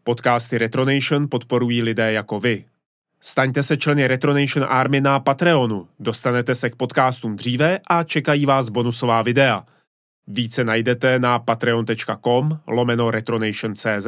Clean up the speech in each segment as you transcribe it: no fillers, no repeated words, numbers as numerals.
Podcasty Retronation podporují lidé jako vy. Staňte se členy Retronation Army na Patreonu, dostanete se k podcastům dříve a čekají vás bonusová videa. Více najdete na patreon.com/retronation.cz.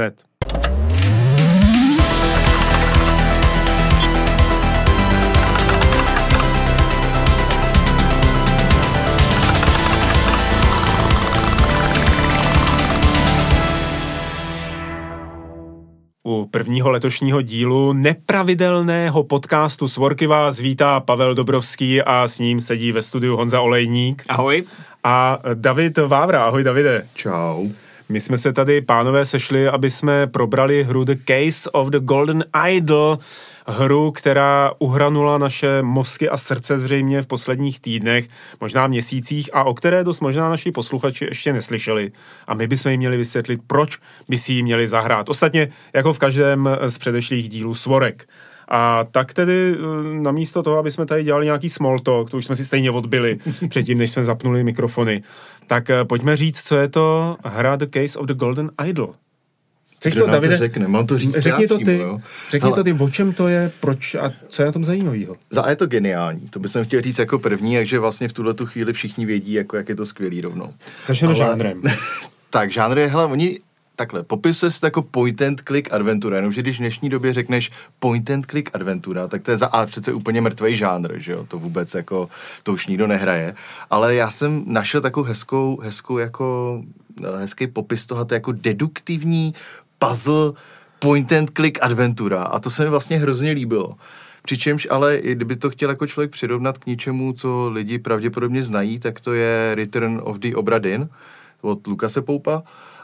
U prvního letošního dílu nepravidelného podcastu Svorky vás vítá Pavel Dobrovský a s ním sedí ve studiu Honza Olejník. Ahoj. A David Vávra. Ahoj, Davide. Čau. My jsme se tady, pánové, sešli, aby jsme probrali hru The Case of the Golden Idol, hru, která uhranula naše mozky a srdce zřejmě v posledních týdnech, možná měsících, a o které dost možná naši posluchači ještě neslyšeli. A my bychom jim měli vysvětlit, proč by si ji měli zahrát. Ostatně, jako v každém z předešlých dílů Svorek. A tak tedy namísto toho, aby jsme tady dělali nějaký small talk, to už jsme si stejně odbyli předtím, než jsme zapnuli mikrofony, tak pojďme říct, co je to hra The Case of the Golden Idol. Chceš to, Davide? To řekne, mám to říct řekni to ty, jo? Řekni to ty, o čem to je, proč a co je na tom zajímavého? Za A je to geniální, to bych chtěl říct jako první, takže vlastně v tuhletu chvíli všichni vědí, jak je to skvělý rovnou. Začneme žánrem. Tak, žánr je, hele, oni takhle, popisuje se to jako point and click adventura, jenomže když v dnešní době řekneš point and click adventura, tak to je za A přece úplně mrtvej žánr, že jo, to vůbec jako, to už nikdo nehraje, ale já jsem našel takovou hezkou jako, hezký popis toho, to jako deduktivní puzzle point and click adventura a to se mi vlastně hrozně líbilo. Přičemž ale, kdyby to chtěl jako člověk přirovnat k něčemu, co lidi pravděpodobně znají, tak to je Return of the Obra Dinn od Lucase Popa.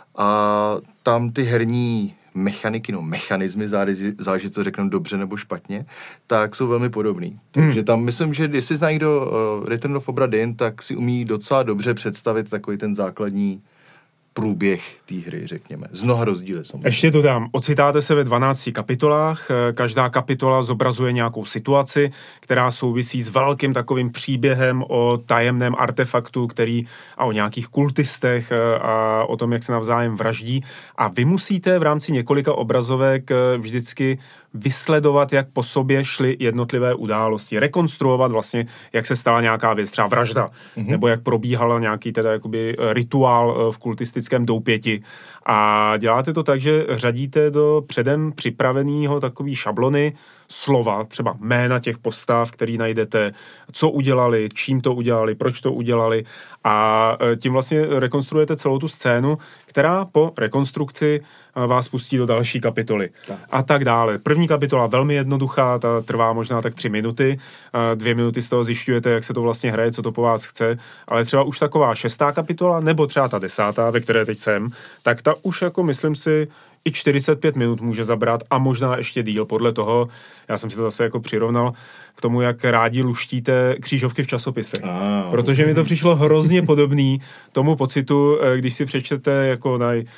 A tam ty herní mechaniky, mechanismy, záleží, co řeknu dobře nebo špatně, tak jsou velmi podobný. Takže tam myslím, že jestli zná někdo Return of Obra Dinn, tak si umí docela dobře představit takový ten základní průběh té hry, řekněme. Z mnoha rozdíly samozřejmě. Ještě dodám, ocitáte se ve 12 kapitolách, každá kapitola zobrazuje nějakou situaci, která souvisí s velkým takovým příběhem o tajemném artefaktu, a o nějakých kultistech a o tom, jak se navzájem vraždí. A vy musíte v rámci několika obrazovek vždycky vysledovat, jak po sobě šly jednotlivé události, rekonstruovat vlastně, jak se stala nějaká věc, třeba vražda, nebo jak probíhala nějaký teda jakoby rituál v kultistickém doupěti. A děláte to tak, že řadíte do předem připraveného takový šablony slova, třeba jména těch postav, který najdete, co udělali, čím to udělali, proč to udělali, a tím vlastně rekonstruujete celou tu scénu, která po rekonstrukci vás pustí do další kapitoly. A tak dále. První kapitola velmi jednoduchá, ta trvá možná tak 3 minuty, 2 minuty z toho zjišťujete, jak se to vlastně hraje, co to po vás chce, ale třeba už taková 6. kapitola, nebo třeba ta 10., ve které teď jsem, tak ta už jako myslím si i 45 minut může zabrat a možná ještě díl podle toho, já jsem si to zase jako přirovnal k tomu, jak rádi luštíte křížovky v časopisech. Protože mi to přišlo hrozně podobný tomu pocitu, když si přečtete jako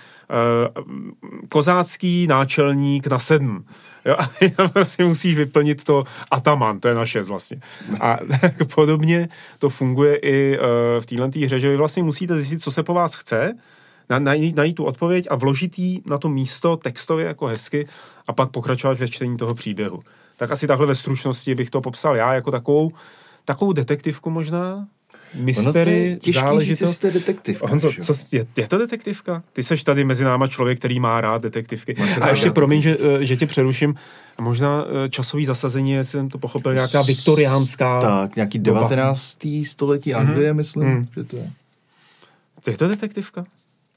kozácký náčelník na 7. Jo, a prostě musíš vyplnit to ataman, to je na 6 vlastně. A tak podobně to funguje i v této hře, že vy vlastně musíte zjistit, co se po vás chce, najít tu odpověď a vložit ji na to místo textově jako hezky a pak pokračovat ve čtení toho příběhu. Tak asi takhle ve stručnosti bych to popsal já jako takovou detektivku možná. Mystery, záležitost. Ono to je detektivka. Honzo, je to detektivka? Ty seš tady mezi náma člověk, který má rád detektivky. A ještě promiň, že tě přeruším. Možná časový zasazení, jsem to pochopil, nějaká viktoriánská tak, nějaký 19. století Anglie, myslím, že to je. Je to detektivka?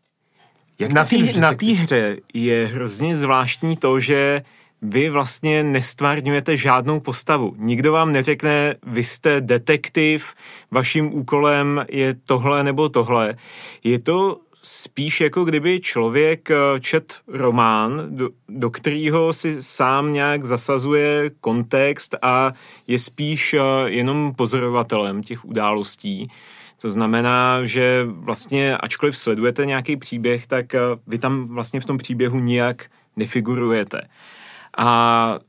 Na té hře je hrozně zvláštní to, že vy vlastně nestvárňujete žádnou postavu. Nikdo vám neřekne, vy jste detektiv, vaším úkolem je tohle nebo tohle. Je to spíš jako kdyby člověk čet román, do kterého si sám nějak zasazuje kontext a je spíš jenom pozorovatelem těch událostí. To znamená, že vlastně ačkoliv sledujete nějaký příběh, tak vy tam vlastně v tom příběhu nijak nefigurujete. A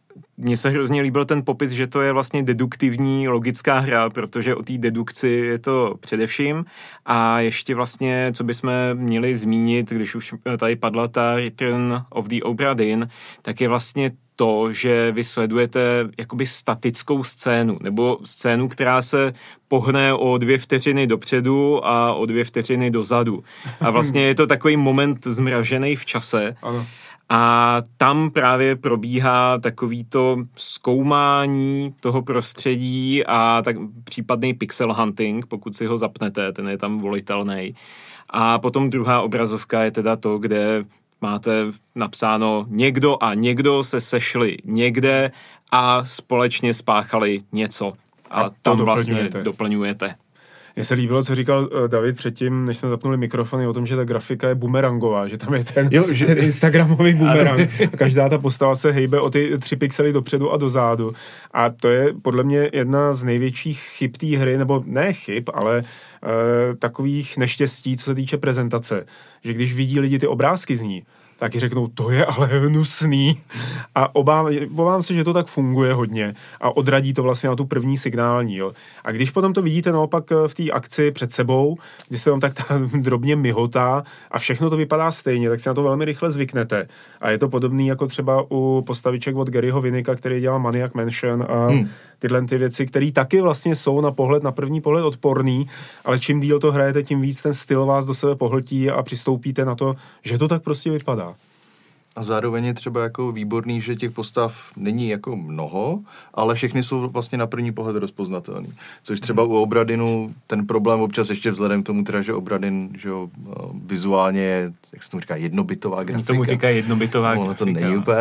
mně se hrozně líbil ten popis, že to je vlastně deduktivní logická hra, protože o té dedukci je to především. A ještě vlastně, co bychom měli zmínit, když už tady padla ta Return of the Obra Dinn, tak je vlastně to, že vy sledujete jakoby statickou scénu, nebo scénu, která se pohne o 2 vteřiny dopředu a o 2 vteřiny dozadu. A vlastně je to takový moment zmražený v čase. Ano. A tam právě probíhá takovýto zkoumání toho prostředí a tak případný pixel hunting, pokud si ho zapnete, ten je tam volitelný. A potom druhá obrazovka je teda to, kde máte napsáno někdo a někdo se sešli někde a společně spáchali něco. A tam vlastně doplňujete. Mně se líbilo, co říkal David předtím, než jsme zapnuli mikrofony, o tom, že ta grafika je bumerangová, že tam je ten instagramový bumerang a každá ta postava se hejbe o ty 3 pixely dopředu a dozadu. A to je podle mě jedna z největších chyb té hry, nebo ne chyb, ale takových neštěstí, co se týče prezentace. Že když vidí lidi ty obrázky z ní, tak řeknou, to je ale hnusný. A obávám se, že to tak funguje hodně a odradí to vlastně na tu první signální. Jo. A když potom to vidíte naopak v té akci před sebou, kdy se tam tak drobně mihotá a všechno to vypadá stejně, tak si na to velmi rychle zvyknete. A je to podobný jako třeba u postaviček od Garyho Winnicka, který dělal Maniac Mansion a tyhle ty věci, které taky vlastně jsou na první pohled odporný, ale čím díl to hrajete, tím víc ten styl vás do sebe pohltí a přistoupíte na to, že to tak prostě vypadá. A zároveň je třeba jako výborný, že těch postav není jako mnoho, ale všechny jsou vlastně na první pohled rozpoznatelný. Což třeba u Obra Dinnu ten problém občas ještě vzhledem k tomu teda, že Obra Dinn, že vizuálně je, jak se tomu říká, jednobitová grafika. Tomu říká jednobitová grafika. Ono to není úplně,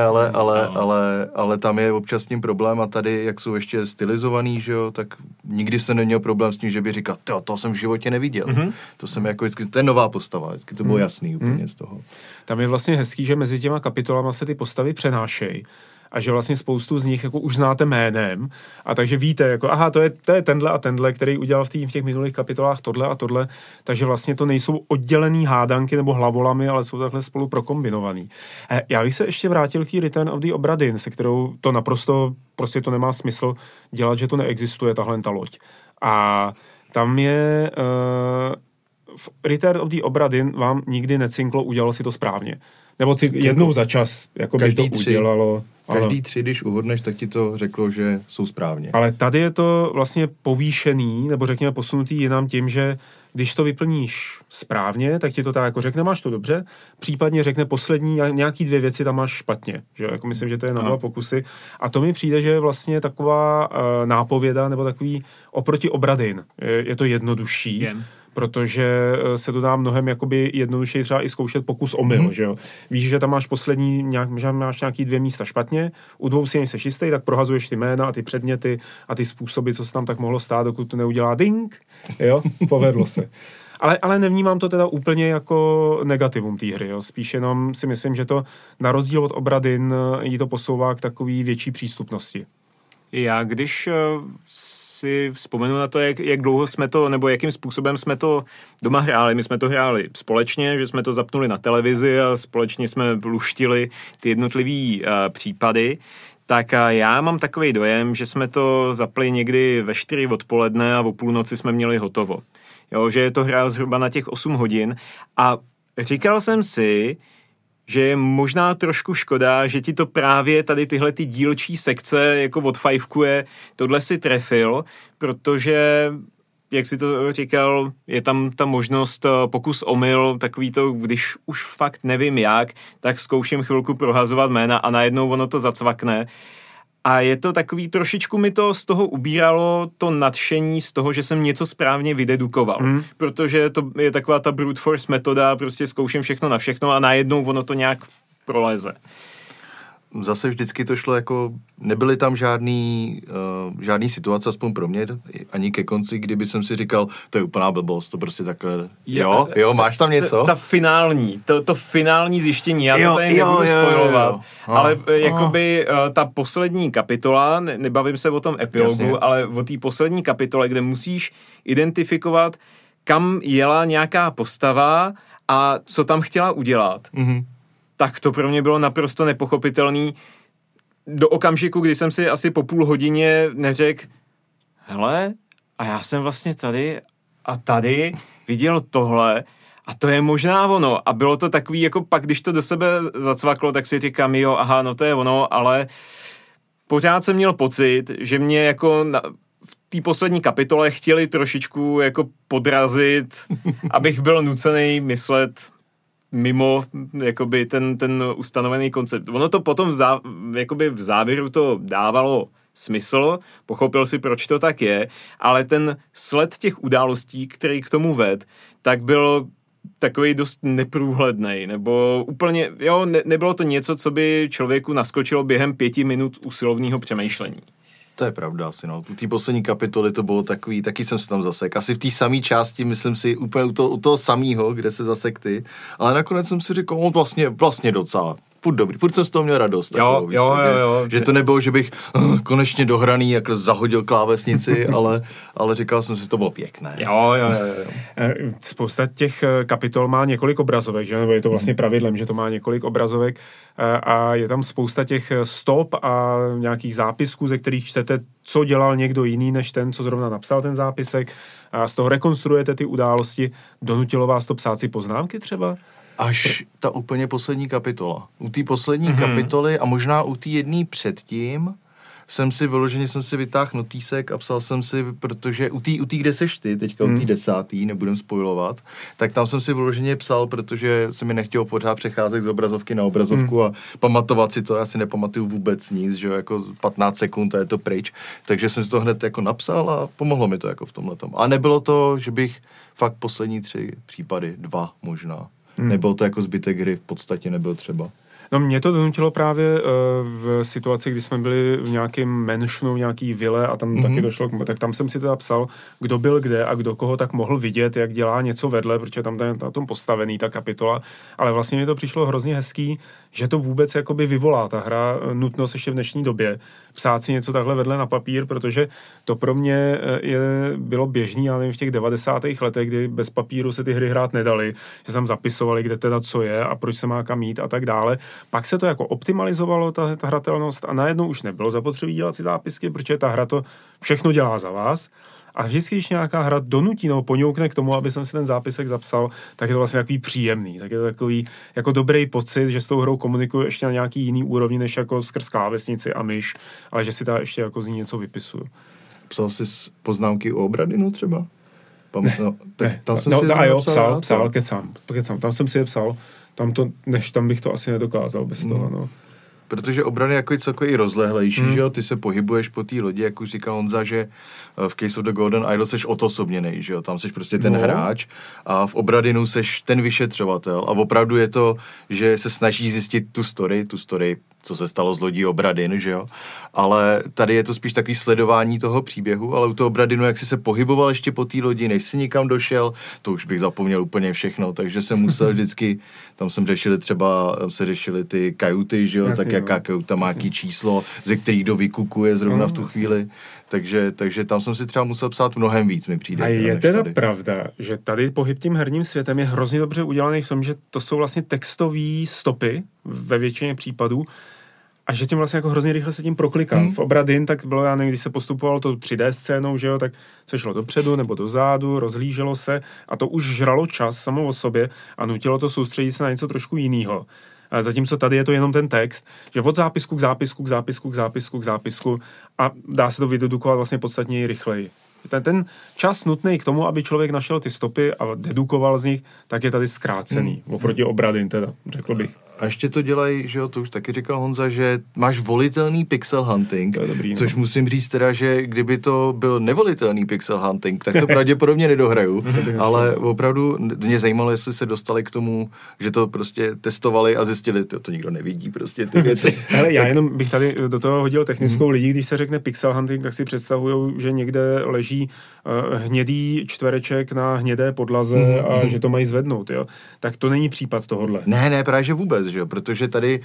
ale tam je občas tím problém a tady, jak jsou ještě stylizovaný, že jo, tak nikdy se neměl problém s tím, že by říkal, to jsem v životě neviděl. To jsem jako vždycky, to je nová postava, vždycky to bylo jasný úplně z toho. Tam je vlastně hezký, že mezi těma kapitolama se ty postavy přenášejí a že vlastně spoustu z nich jako už znáte jménem a takže víte, jako aha, to je tenhle a tenhle, který udělal v těch minulých kapitolách tohle a tohle, takže vlastně to nejsou oddělený hádanky nebo hlavolamy, ale jsou takhle spolu prokombinovaný. Já bych se ještě vrátil k té Return of the Obra Dinn, se kterou to naprosto, prostě to nemá smysl dělat, že to neexistuje, tahle ta loď. A tam je... v Return of the Obra Dinn vám nikdy necinklo, udělalo si to správně. Nebo si jednou za čas, jako by to udělalo. Každý 3, když uhodneš, tak ti to řeklo, že jsou správně. Ale tady je to vlastně povýšený, nebo řekněme posunutý jinam tím, že když to vyplníš správně, tak ti to tak jako řekne, máš to dobře, případně řekne poslední, nějaký 2 věci tam máš špatně. Že? Jako myslím, že to je na 2 pokusy. A to mi přijde, že je vlastně taková nápověda, nebo takový oproti Obra Dinn. Je to jednodušší. Protože se to dá mnohem jakoby jednodušeji třeba i zkoušet pokus omyl, že jo. Víš, že tam máš máš nějaký 2 místa špatně, u 2 si nejseš jistý, tak prohazuješ ty jména a ty předměty a ty způsoby, co se tam tak mohlo stát, dokud to neudělá ding, jo, povedlo se. Ale nevnímám to teda úplně jako negativum té hry, jo. Spíš jenom si myslím, že to na rozdíl od Obra Dinn jí to posouvá k takový větší přístupnosti. Já když si vzpomenu na to, jak dlouho jsme to, nebo jakým způsobem jsme to doma hráli, my jsme to hráli společně, že jsme to zapnuli na televizi a společně jsme luštili ty jednotlivý případy, tak já mám takový dojem, že jsme to zapli někdy ve 4 odpoledne a o půlnoci jsme měli hotovo. Jo, že je to hra zhruba na těch 8 hodin a říkal jsem si, že je možná trošku škoda, že ti to právě tady tyhle ty dílčí sekce jako odfajfkuje, tohle si trefil, protože, jak si to říkal, je tam ta možnost pokus omyl, takový to, když už fakt nevím jak, tak zkouším chvilku prohazovat jména a najednou ono to zacvakne. A je to takový, trošičku mi to z toho ubíralo to nadšení z toho, že jsem něco správně vydedukoval. Protože to je taková ta brute force metoda, prostě zkouším všechno na všechno a najednou ono to nějak proleze. Zase vždycky to šlo jako, nebyly tam žádný situace, aspoň pro mě, ani ke konci, kdyby jsem si říkal, to je úplná blbost, to prostě takhle, jo, máš tam něco? Ta finální, to finální zjištění, já to tady nebudu spojovat, ale jakoby ta poslední kapitola, nebavím se o tom epilogu, jasně, ale o té poslední kapitole, kde musíš identifikovat, kam jela nějaká postava a co tam chtěla udělat. Tak to pro mě bylo naprosto nepochopitelný. do okamžiku, kdy jsem si asi po půl hodině neřekl, hele, a já jsem vlastně tady a tady viděl tohle a to je možná ono. A bylo to takový, jako pak, když to do sebe zacvaklo, tak si říkám, jo, aha, no to je ono, ale pořád jsem měl pocit, že mě jako v té poslední kapitole chtěli trošičku jako podrazit, abych byl nucený myslet mimo jakoby ten ustanovený koncept. Ono to potom jakoby v závěru to dávalo smysl, pochopil si, proč to tak je, ale ten sled těch událostí, který k tomu ved, tak byl takový dost neprůhlednej, nebo úplně, jo, nebylo to něco, co by člověku naskočilo během 5 minut usilovného přemýšlení. To je pravda asi, no. U té poslední kapitoly to bylo takový, taky jsem se tam zasek. Asi v té samé části, myslím si, úplně u toho samého, kde se zasek ty, ale nakonec jsem si říkal, on vlastně docela furt dobrý, furt jsem z toho měl radost. Takovou, jo. Že to nebylo, že bych konečně dohraný, jak zahodil klávesnici, ale říkal jsem si, to bylo pěkné. Jo. Spousta těch kapitol má několik obrazovek, že? Nebo je to vlastně pravidlem, že to má několik obrazovek a je tam spousta těch stop a nějakých zápisků, ze kterých čtete, co dělal někdo jiný, než ten, co zrovna napsal ten zápisek, a z toho rekonstruujete ty události. Donutilo vás to psát si poznámky třeba? Až ta úplně poslední kapitola. U té poslední kapitoly a možná u té jedné předtím jsem si vytáhl notýsek a psal jsem si, protože u té, kde seš ty, teďka u té 10., nebudem spoilovat, tak tam jsem si vyloženě psal, protože se mi nechtělo pořád přecházet z obrazovky na obrazovku a pamatovat si to, já si nepamatuju vůbec nic, že jo, jako 15 sekund a je to pryč, takže jsem si to hned jako napsal a pomohlo mi to jako v tomhletom. A nebylo to, že bych fakt poslední 3 případy, 2 možná. Nebylo to jako zbytek hry, v podstatě nebyl třeba. No mě to donutilo právě v situaci, kdy jsme byli v nějakém mansionu, v nějaký vile a tam taky došlo, tak tam jsem si teda psal, kdo byl kde a kdo koho tak mohl vidět, jak dělá něco vedle, protože tam je na tom postavený ta kapitola, ale vlastně mi to přišlo hrozně hezký, že to vůbec jakoby vyvolá ta hra nutnost ještě v dnešní době psát si něco takhle vedle na papír, protože to pro mě bylo běžný, já nevím, v těch 90. letech, kdy bez papíru se ty hry hrát nedaly, že tam zapisovali, kde teda co je a proč se má kam jít a tak dále. Pak se to jako optimalizovalo, ta hratelnost a najednou už nebylo zapotřebí dělat si zápisky, protože ta hra to všechno dělá za vás. A vždycky, když nějaká hra donutí nebo poňoukne k tomu, aby jsem si ten zápisek zapsal, tak je to vlastně takový příjemný. Tak je to takový jako dobrý pocit, že s tou hrou komunikuju ještě na nějaký jiný úrovni, než jako skrz klávesnici a myš, ale že si ta ještě jako z ní něco vypisuju. Psal jsi poznámky o Obradinu třeba? Psal, kecám. Tam jsem si je psal. Tam bych to asi nedokázal bez toho, no. Protože Obran je jako celkově i rozlehlejší, že jo? Ty se pohybuješ po té lodi, jak už říkal Honza, že v Case of the Golden Idol seš odosobněnej, že jo? Tam seš prostě ten hráč a v Obradinu seš ten vyšetřovatel a opravdu je to, že se snaží zjistit tu story, co se stalo s lodí Obradin, že jo? Ale tady je to spíš takový sledování toho příběhu, ale u toho Obradinu, jak jsi se pohyboval ještě po té lodi, než jsi nikam došel, to už bych zapomněl úplně všechno, takže jsem musel vždycky, tam se řešili ty kajuty, že jo? Jasně, tak jaká kajuta má jaký číslo, ze který kdo vykukuje zrovna v tu chvíli. Takže tam jsem si třeba musel psát mnohem víc, mi přijde. A je teda pravda, že tady pohyb tím herním světem je hrozně dobře udělaný v tom, že to jsou vlastně textové stopy ve většině případů a že tím vlastně jako hrozně rychle se tím proklikám. V Obradin tak bylo, já nevím, když se postupovalo to 3D scénou, že jo, tak se šlo dopředu nebo dozadu, rozhlíželo se a to už žralo čas samo o sobě a nutilo to soustředit se na něco trošku jiného. Zatímco tady je to jenom ten text, že od zápisku k zápisku, k zápisku, k zápisku, k zápisku a dá se to vydedukovat vlastně podstatně rychleji. Ten čas nutný k tomu, aby člověk našel ty stopy a dedukoval z nich, tak je tady zkrácený. Oproti Obradin teda, řekl bych. A ještě to dělají, že jo, to už taky říkal Honza, že máš volitelný pixel hunting, to je dobrý, což musím říct teda, že kdyby to byl nevolitelný pixel hunting, tak to pravděpodobně nedohraju, ale opravdu mě zajímalo, jestli se dostali k tomu, že to prostě testovali a zjistili, to nikdo nevidí prostě ty věci. Ale já jenom bych tady do toho hodil technickou lidí, když se řekne pixel hunting, tak si představujou, že někde leží hnědý čtvereček na hnědé podlaze a že to mají zvednout, jo. Tak to není případ tohodle. Ne, právě že vůbec, že jo, protože tady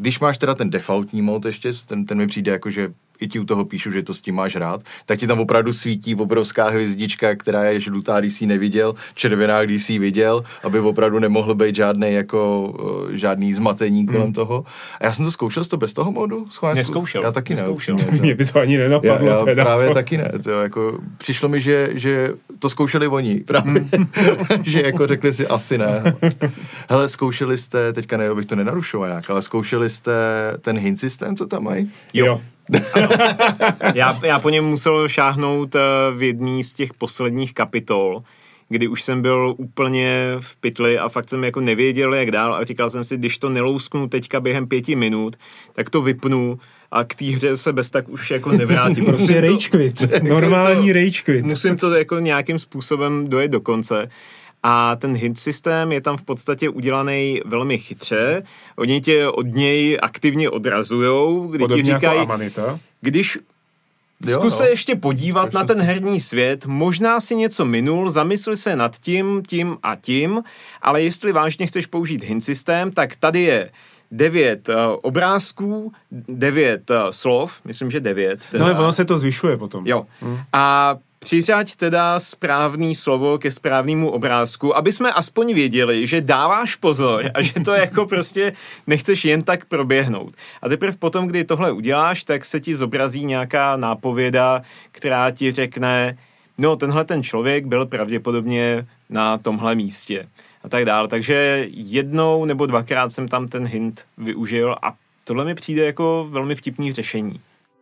když máš teda ten defaultní mod ještě, ten mi přijde jako, že i ti u toho píšu, že to s tím máš rád, tak ti tam opravdu svítí obrovská hvězdička, která je žlutá, když jsi ji neviděl, červená, když jsi ji viděl, aby opravdu nemohl být žádný zmatení kolem toho. A já jsem to zkoušel, to bez toho modu? Neskoušel. Já taky neskoušel. Mě by to ani nenapadlo. Já právě taky ne. To jako, přišlo mi, že to zkoušeli oni. Právě. Že jako řekli si asi ne. Hele, zkoušeli jste, teďka ne, abych to nenarušoval nějak, ale zkoušeli jste ten hint systém, co tam mají? Jo. Já po něm musel šáhnout v jedný z těch posledních kapitol, kdy už jsem byl úplně v pytli a fakt jsem jako nevěděl, jak dál a říkal jsem si, když to nelousknu teďka během 5 minut, tak to vypnu a k té hře se bez tak už jako nevrátím. Prostě rage quit. Normální rage quit. Musím to jako nějakým způsobem dojet do konce. A ten hint systém je tam v podstatě udělaný velmi chytře. Oni tě od něj aktivně odrazujou, kdy podobně ti říkají, jako Amanita. když zkus se ještě podívat na ten herní svět, možná si něco minul, zamysli se nad tím a tím, ale jestli vážně chceš použít hint systém, tak tady je 9 obrázků, 9 slov, myslím, že 9. Teda. No, ono se to zvyšuje potom. Jo. A přiřaď teda správný slovo ke správnému obrázku, aby jsme aspoň věděli, že dáváš pozor a že to jako prostě nechceš jen tak proběhnout. A teprve potom, kdy tohle uděláš, tak se ti zobrazí nějaká nápověda, která ti řekne, no tenhle ten člověk byl pravděpodobně na tomhle místě a tak dále. Takže 1 nebo 2krát jsem tam ten hint využil a tohle mi přijde jako velmi vtipný řešení.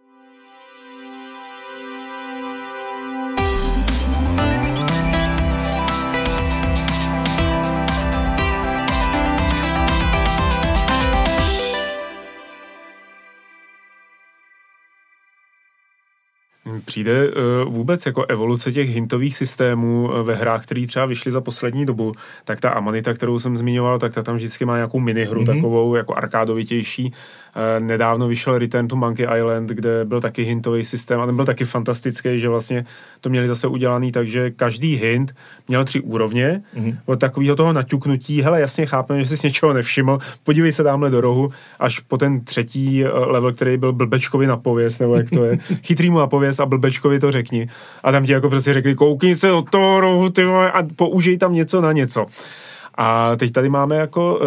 Přijde vůbec jako evoluce těch hintových systémů ve hrách, které třeba vyšly za poslední dobu, tak ta Amanita, kterou jsem zmiňoval, tak ta tam vždycky má nějakou minihru takovou, jako arkádovitější. Nedávno vyšel Return to Monkey Island, kde byl taky hintový systém a ten byl taky fantastický, že vlastně to měli zase udělaný, takže každý hint měl 3 úrovně. Od takového toho naťuknutí, hele, jasně chápeme, že jsi něčeho nevšiml, podívej se tamhle do rohu, až po ten 3. level, který byl blbečkovi na pověst, nebo jak to je, chytrýmu na pověst a blbečkovi to řekni. A tam ti jako prostě řekli, koukni se do toho rohu, ty vole, a použij tam něco na něco. A teď tady máme jako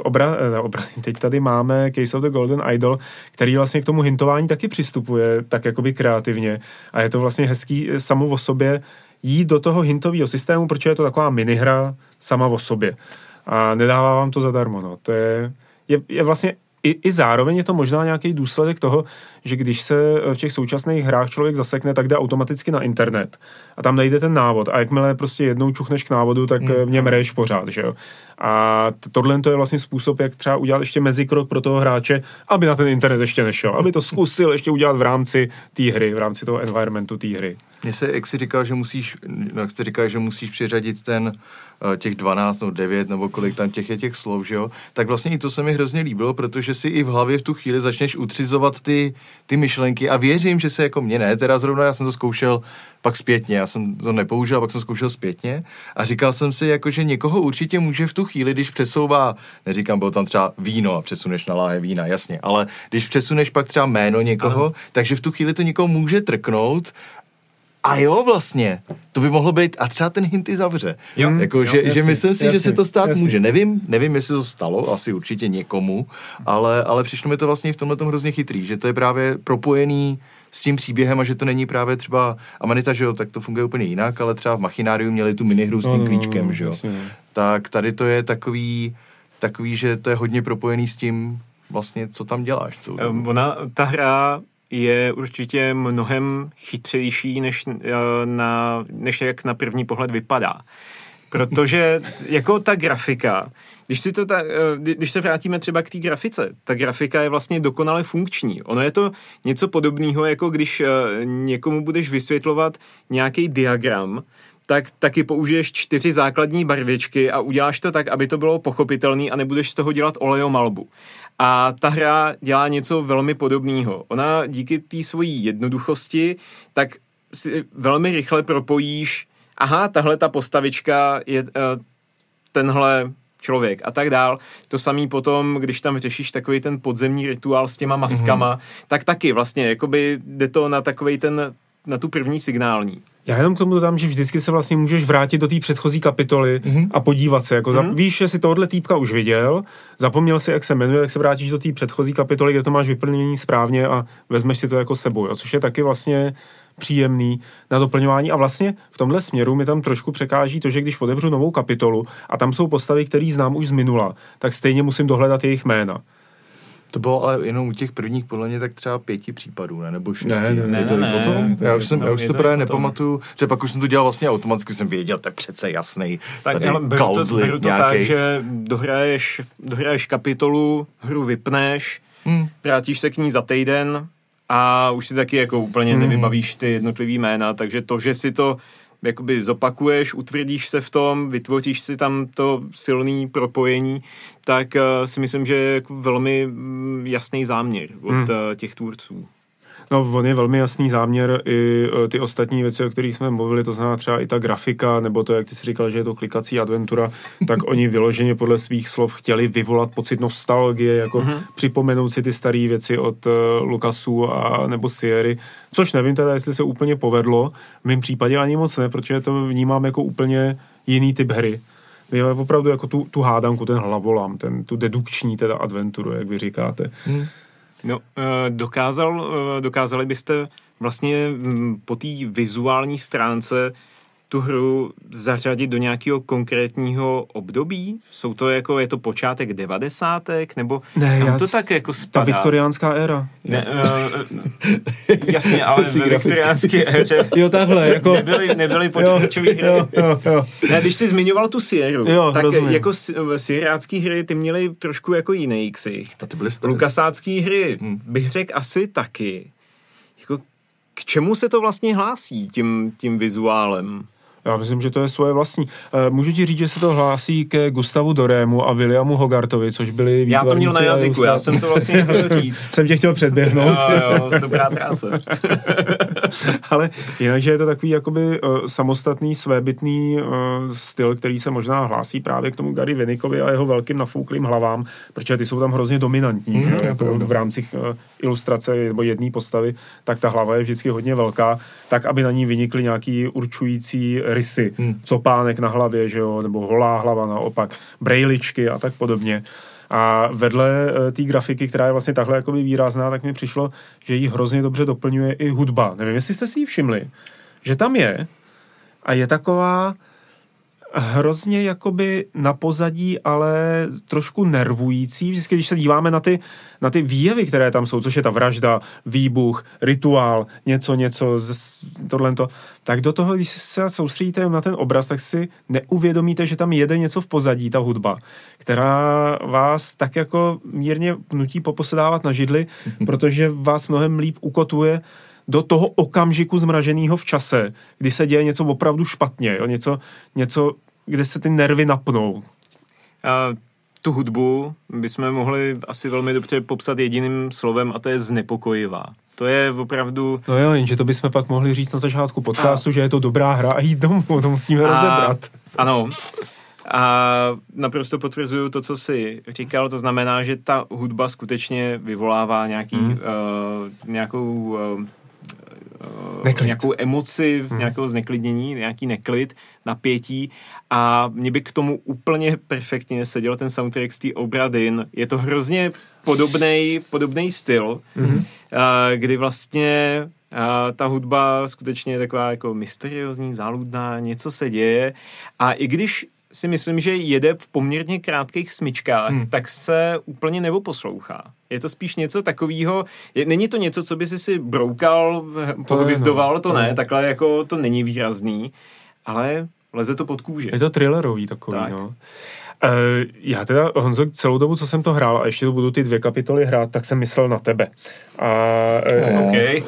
teď tady máme Case of the Golden Idol, který vlastně k tomu hintování taky přistupuje tak jakoby kreativně. A je to vlastně hezký samo o sobě jít do toho hintového systému, protože je to taková minihra sama o sobě. A nedává vám to zadarmo, no. To je vlastně i zároveň je to možná nějaký důsledek toho, že když se v těch současných hrách člověk zasekne, tak jde automaticky na internet a tam najde ten návod a jakmile prostě jednou čuchneš k návodu, tak v něm hraješ pořád, že jo. A tohle to je vlastně způsob, jak třeba udělat ještě mezikrok pro toho hráče, aby na ten internet ještě nešel, aby to zkusil ještě udělat v rámci té hry, v rámci toho environmentu té hry. Mně se, jak jsi říkal, že musíš přiřadit těch 12 nebo 9 nebo kolik tam těch slov, že jo, tak vlastně i to se mi hrozně líbilo, protože si i v hlavě v tu chvíli začneš utřizovat ty myšlenky a věřím, že se jako mě ne, teda zrovna já jsem to zkoušel pak zpětně, já jsem to nepoužil, pak jsem zkoušel zpětně a říkal jsem si, jako, že někoho určitě může v tu chvíli, když přesouvá, neříkám, bylo tam třeba víno a přesuneš na láhev vína, jasně, ale když přesuneš pak třeba jméno někoho, takže v tu chvíli to někoho může trknout. A jo, vlastně, to by mohlo být, a třeba ten hint i zavře. Že myslím si, že se to stát může. Nevím, jestli to stalo, asi určitě někomu, ale přišlo mi to vlastně v tomhle tom hrozně chytrý, že to je právě propojený s tím příběhem a že to není právě třeba Amanita, že jo, tak to funguje úplně jinak, ale třeba v Machináriu měli tu minihru s tím klíčkem, že jo. Tak tady to je takový, že to je hodně propojený s tím vlastně, co tam děláš. Ta hra je určitě mnohem chytřejší, než jak na první pohled vypadá. Protože jako ta grafika, když se vrátíme třeba k té grafice, ta grafika je vlastně dokonale funkční. Ono je to něco podobného, jako když někomu budeš vysvětlovat nějaký diagram, tak taky použiješ 4 základní barvičky a uděláš to tak, aby to bylo pochopitelné a nebudeš z toho dělat olejomalbu. A ta hra dělá něco velmi podobného. Ona díky té svojí jednoduchosti, tak si velmi rychle propojíš, aha, tahle ta postavička je tenhle člověk a tak dál. To samý potom, když tam řešíš takový ten podzemní rituál s těma maskama, tak taky vlastně, jakoby jde to na takovej na tu první signální. Já jenom k tomu dodám, že vždycky se vlastně můžeš vrátit do té předchozí kapitoly a podívat se. Jako víš, že si tohle týpka už viděl, zapomněl si, jak se jmenuje, jak se vrátíš do té předchozí kapitoly, kde to máš vyplnění správně a vezmeš si to jako sebou. Což je taky vlastně příjemný na doplňování. A vlastně v tomhle směru mi tam trošku překáží to, že když otevřu novou kapitolu a tam jsou postavy, které znám už z minula, tak stejně musím dohledat jejich jména. To bylo ale jenom u těch prvních podle mě tak třeba 5 případů, ne? Nebo 6. Ne, potom? Já už si to právě nepamatuju, že pak už jsem to dělal vlastně automaticky, jsem věděl, to je přece jasný. Tak beru to tak, že dohraješ kapitolu, hru vypneš, vrátíš se k ní za týden a už si taky jako úplně nevybavíš ty jednotlivý jména, takže to, že si to jakoby zopakuješ, utvrdíš se v tom, vytvoříš si tam to silné propojení, tak si myslím, že je jako velmi jasný záměr od těch tvůrců. No, on je velmi jasný záměr i ty ostatní věci, o kterých jsme mluvili, to znamená třeba i ta grafika, nebo to, jak ty jsi říkal, že je to klikací adventura, tak oni vyloženě podle svých slov chtěli vyvolat pocit nostalgie, jako připomenout si ty staré věci od Lucasu a nebo Sierry, což nevím teda, jestli se úplně povedlo, v mém případě ani moc ne, protože to vnímám jako úplně jiný typ hry. Je opravdu jako tu hádanku, ten hlavolam, tu dedukční teda adventuru, jak vy říkáte. No, dokázali byste vlastně po té vizuální stránce tu hru zařadit do nějakého konkrétního období? Jsou to jako, je to počátek 90. nebo kam to tak jako spadá? Ta viktoriánská éra. Ne, jasně, ale ve viktoriánské éře takhle, jako nebyly počítačové hry. Jo. Ne, když jsi zmiňoval tu Sierru, tak rozumím. jako sierrácký hry, ty měly trošku jako jiný ksicht. Lukasácký hry bych řekl asi taky. Jako, k čemu se to vlastně hlásí tím vizuálem? Já myslím, že to je svoje vlastní. Můžu ti říct, že se to hlásí ke Gustavu Dorému a Williamu Hogartovi, což byli výtvarníci. Já to měl na jazyku, já jsem to vlastně chtěl říct. Jsem tě chtěl předběhnout. Jo, dobrá práce. Ale jinak, že je to takový jakoby samostatný, svébytný styl, který se možná hlásí právě k tomu Gary Winnickovi a jeho velkým nafouklým hlavám, protože ty jsou tam hrozně dominantní, že? Jako v rámci ilustrace nebo jedné postavy, tak ta hlava je vždycky hodně velká, tak aby na ní vynikly nějaký určující rysy, copánek na hlavě, že jo, nebo holá hlava naopak, brejličky a tak podobně. A vedle té grafiky, která je vlastně takhle jakoby výrazná, tak mi přišlo, že jí hrozně dobře doplňuje i hudba. Nevím, jestli jste si ji všimli, že tam je a je taková hrozně jakoby na pozadí, ale trošku nervující. Vždycky, když se díváme na ty výjevy, které tam jsou, což je ta vražda, výbuch, rituál, něco, tohleto, tak do toho, když se soustředíte na ten obraz, tak si neuvědomíte, že tam jede něco v pozadí, ta hudba, která vás tak jako mírně nutí poposedávat na židli, protože vás mnohem líp ukotuje do toho okamžiku zmraženého v čase, kdy se děje něco opravdu špatně, jo? Něco, kde se ty nervy napnou. Tu hudbu bychom mohli asi velmi dobře popsat jediným slovem a to je znepokojivá. To je opravdu... No jo, jenže to bychom pak mohli říct na začátku podcastu, že je to dobrá hra a jít domů, to musíme rozebrat. Ano. A naprosto potvrzuju to, co jsi říkal, to znamená, že ta hudba skutečně vyvolává nějakou emoci, nějakého zneklidnění, nějaký neklid, napětí a mě by k tomu úplně perfektně seděl ten soundtrack z té Obra Dinn. Je to hrozně podobnej styl, kdy vlastně ta hudba skutečně je taková jako mysteriózní, záludná, něco se děje a i když si myslím, že jede v poměrně krátkých smyčkách, tak se úplně neoposlouchá. Je to spíš něco takového, není to něco, co by si broukal, pohvizdoval, to ne, takhle jako to není výrazný, ale leze to pod kůži. Je to thrillerový takový, tak. No. Já teda, Honzo, celou dobu, co jsem to hrál a ještě to budu ty 2 kapitoly hrát, tak jsem myslel na tebe. Okay.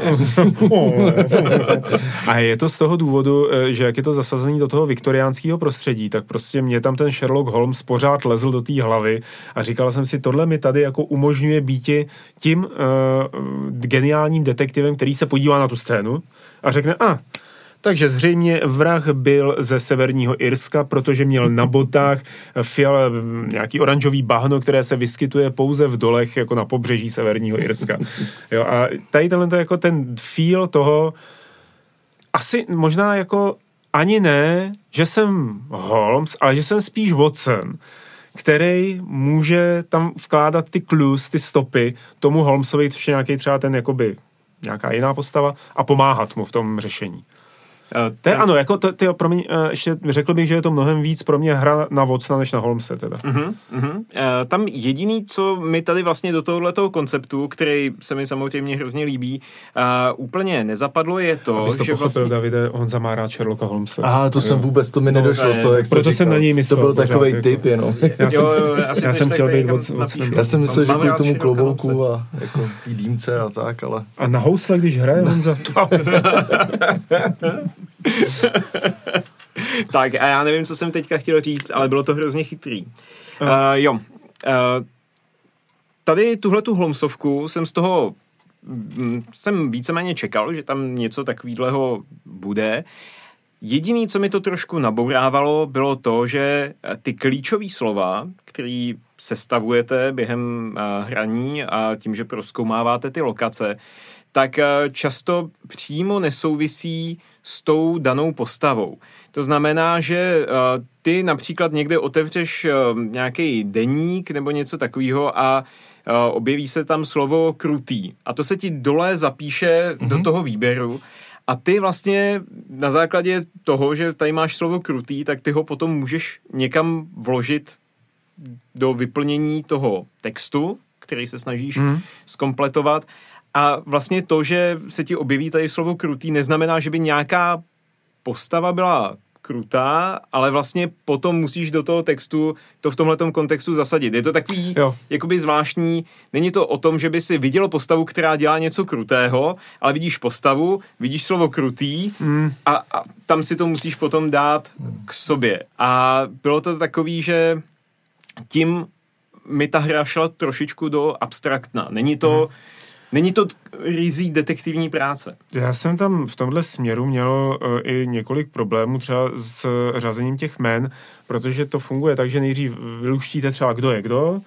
A je to z toho důvodu, že jak je to zasazený do toho viktoriánského prostředí, tak prostě mě tam ten Sherlock Holmes pořád lezl do té hlavy a říkal jsem si, tohle mi tady jako umožňuje býti tím geniálním detektivem, který se podívá na tu scénu a řekne, Takže zřejmě vrah byl ze severního Irska, protože měl na botách nějaký oranžový bahno, které se vyskytuje pouze v dolech, jako na pobřeží severního Irska. Jo, a tady tenhle jako ten feel toho, asi možná jako ani ne, že jsem Holmes, ale že jsem spíš Watson, který může tam vkládat ty clues, ty stopy tomu Holmesovi, což je nějaký třeba ten jakoby nějaká jiná postava a pomáhat mu v tom řešení. To je, ano, jako pro mě, ještě řekl bych, že je to mnohem víc pro mě hra na Watsona, než na Holmese teda. Tam jediný, co mi tady vlastně do tohoto konceptu, který se mi samozřejmě hrozně líbí, úplně nezapadlo, je to, abys to že pochopil, vlastně... Davide, Honza má rád Sherlocka Holmesa. Aha, to mi nedošlo z toho, jak proto jsem na něj myslel. To byl takovej tip jenom. Já jsem chtěl být Watsonem. Já jsem myslel, že kvůli tomu klobouku a jako tý dýmce a tak, ale... A na housle, když hraje Honza? Tak a já nevím, co jsem teďka chtěl říct, ale bylo to hrozně chytrý. Tady tuhletu Holmesovku jsem víceméně čekal, že tam něco takového bude. Jediný, co mi to trošku nabourávalo, bylo to, že ty klíčové slova, který sestavujete během hraní a tím, že prozkoumáváte ty lokace, tak často přímo nesouvisí s tou danou postavou. To znamená, že ty například někde otevřeš nějaký deník nebo něco takového a objeví se tam slovo krutý. A to se ti dole zapíše do toho výběru. A ty vlastně na základě toho, že tady máš slovo krutý, tak ty ho potom můžeš někam vložit do vyplnění toho textu, který se snažíš zkompletovat. A vlastně to, že se ti objeví tady slovo krutý, neznamená, že by nějaká postava byla krutá, ale vlastně potom musíš do toho textu to v tomhletom kontextu zasadit. Je to takový jakoby zvláštní, není to o tom, že by si viděl postavu, která dělá něco krutého, ale vidíš postavu, vidíš slovo krutý a tam si to musíš potom dát k sobě. A bylo to takový, že tím mi ta hra šla trošičku do abstraktna. Není to rizí detektivní práce. Já jsem tam v tomhle směru měl i několik problémů třeba s řazením těch jmen, protože to funguje tak, že nejdřív vyluštíte třeba kdo je kdo,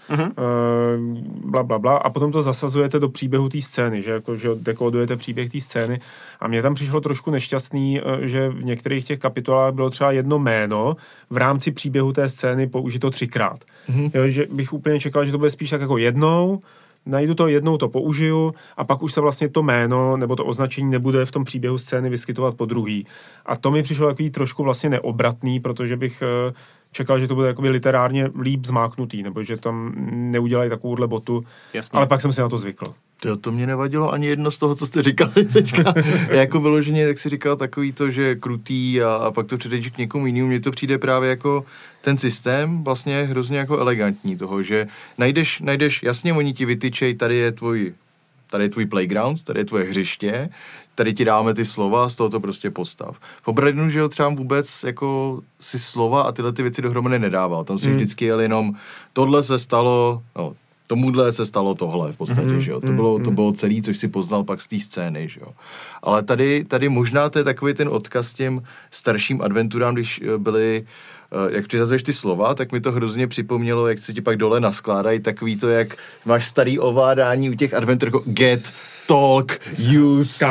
bla, bla, bla, a potom to zasazujete do příběhu té scény, že dekodujete příběh té scény. A mně tam přišlo trošku nešťastný, že v některých těch kapitolách bylo třeba jedno jméno v rámci příběhu té scény použito 3krát. Jo, že bych úplně čekal, že to bude spíš tak jako jednou, najdu to, jednou to použiju a pak už se vlastně to jméno nebo to označení nebude v tom příběhu scény vyskytovat po druhý. A to mi přišlo takový trošku vlastně neobratný, protože bych čekal, že to bude jakoby literárně líp zmáknutý, nebo že tam neudělají takovouhle botu. Jasně. Ale pak jsem si na to zvykl. To mě nevadilo ani jedno z toho, co jste říkali teďka. Jako vyloženě, jak si říkal, takový to, že krutý a pak to předejš k někomu jinému. Mně to přijde právě jako ten systém vlastně hrozně jako elegantní toho, že najdeš jasně, oni ti vytyčej, tady je tvůj playground, tady je tvoje hřiště, tady ti dáme ty slova, z toho to prostě postav. V Obradinu, že jo, třeba vůbec jako si slova a tyhle ty věci dohromady nedával. Tam si vždycky jel jenom tohle se stalo, tomuhle se stalo tohle v podstatě, že jo. To bylo celý, což si poznal pak z té scény, že jo. Ale tady možná to je takový ten odkaz těm starším adventurám, když byly jak přizazuješ ty slova, tak mi to hrozně připomnělo, jak se ti pak dole naskládají, takový to, jak máš starý ovládání u těch adventur, jako get, talk, use.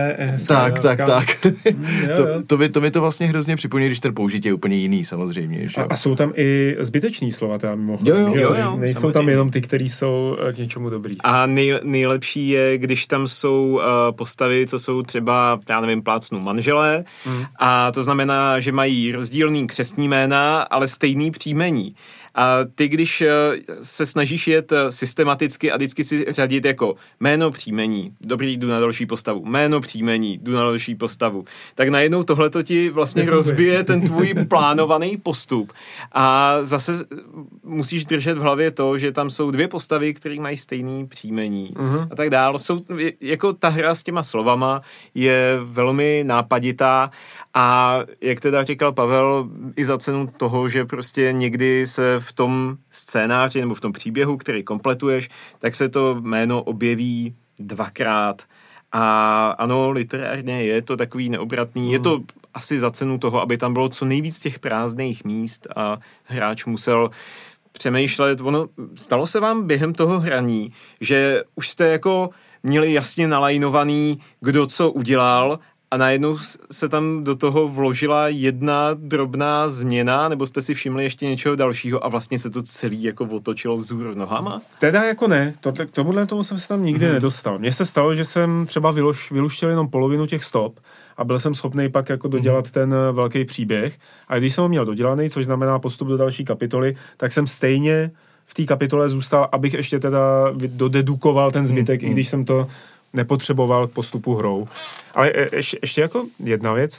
Tak. To mi to vlastně hrozně připomnělo, když ten použití je úplně jiný, samozřejmě. Že? A jsou tam i zbyteční slova, teda mimochodem. Jo, nejsou samozřejmě. Tam jenom ty, který jsou k něčemu dobrý. A nejlepší je, když tam jsou postavy, co jsou třeba, já nevím, plácnu manželé, a to znamená, že mají rozdílný křestní jména, ale stejný příjmení. A ty, když se snažíš jet systematicky a vždycky si řadit jako jméno, příjmení, dobrý, jdu na další postavu, jméno, příjmení, jdu na další postavu, tak najednou tohleto ti vlastně rozbije ten tvůj plánovaný postup. A zase musíš držet v hlavě to, že tam jsou dvě postavy, které mají stejný příjmení a tak dále. Jako ta hra s těma slovama je velmi nápaditá a jak teda říkal Pavel, i za cenu toho, že prostě někdy se v tom scénáři nebo v tom příběhu, který kompletuješ, tak se to jméno objeví 2krát A ano, literárně je to takový neobratný, je to asi za cenu toho, aby tam bylo co nejvíc těch prázdných míst a hráč musel přemýšlet. Stalo se vám během toho hraní, že už jste jako měli jasně nalajnovaný, kdo co udělal a najednou se tam do toho vložila jedna drobná změna, nebo jste si všimli ještě něčeho dalšího a vlastně se to celý jako otočilo vzhůru nohama? Teda jako ne, k tomu jsem se tam nikdy nedostal. Mně se stalo, že jsem třeba vyluštil jenom polovinu těch stop a byl jsem schopný pak jako dodělat ten velký příběh. A když jsem ho měl dodělaný, což znamená postup do další kapitoly, tak jsem stejně v té kapitole zůstal, abych ještě teda dodedukoval ten zbytek, i když jsem to nepotřeboval k postupu hrou. Ale ještě jako jedna věc.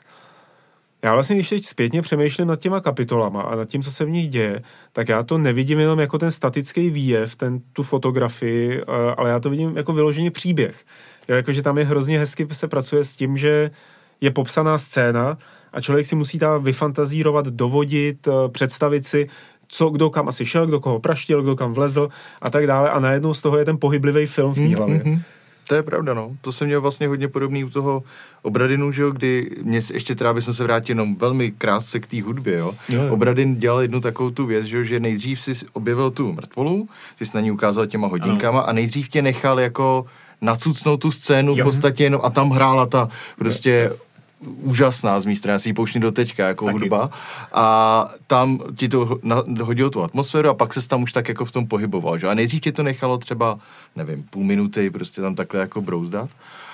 Já vlastně, když teď zpětně přemýšlím nad těma kapitolama a nad tím, co se v nich děje, tak já to nevidím jenom jako ten statický výjev, tu fotografii, ale já to vidím jako vyloženě příběh. Jakože tam je hrozně hezky se pracuje s tím, že je popsaná scéna a člověk si musí tam vyfantazírovat, dovodit, představit si, co kdo kam asi šel, kdo koho praštil, kdo kam vlezl a tak dále a najednou z toho je ten pohyblivý film v té hlavě. To je pravda, no. To jsem měl vlastně hodně podobný u toho Obradinu, že jo, kdy mě ještě teda, bych se vrátil jenom velmi krátce k té hudbě, jo. Obradin dělal jednu takovou tu věc, že nejdřív si objevil tu mrtvolu, ty jsi na ní ukázal těma hodinkama a nejdřív tě nechal jako nacucnout tu scénu v podstatě jenom a tam hrála ta prostě úžasná z mý strany, já si ji pouštím do teďka jako taky hudba a tam ti to hodilo tu atmosféru a pak ses tam už tak jako v tom pohyboval, že? A nejdřív tě to nechalo třeba, nevím, půl minuty prostě tam takhle jako brouzdat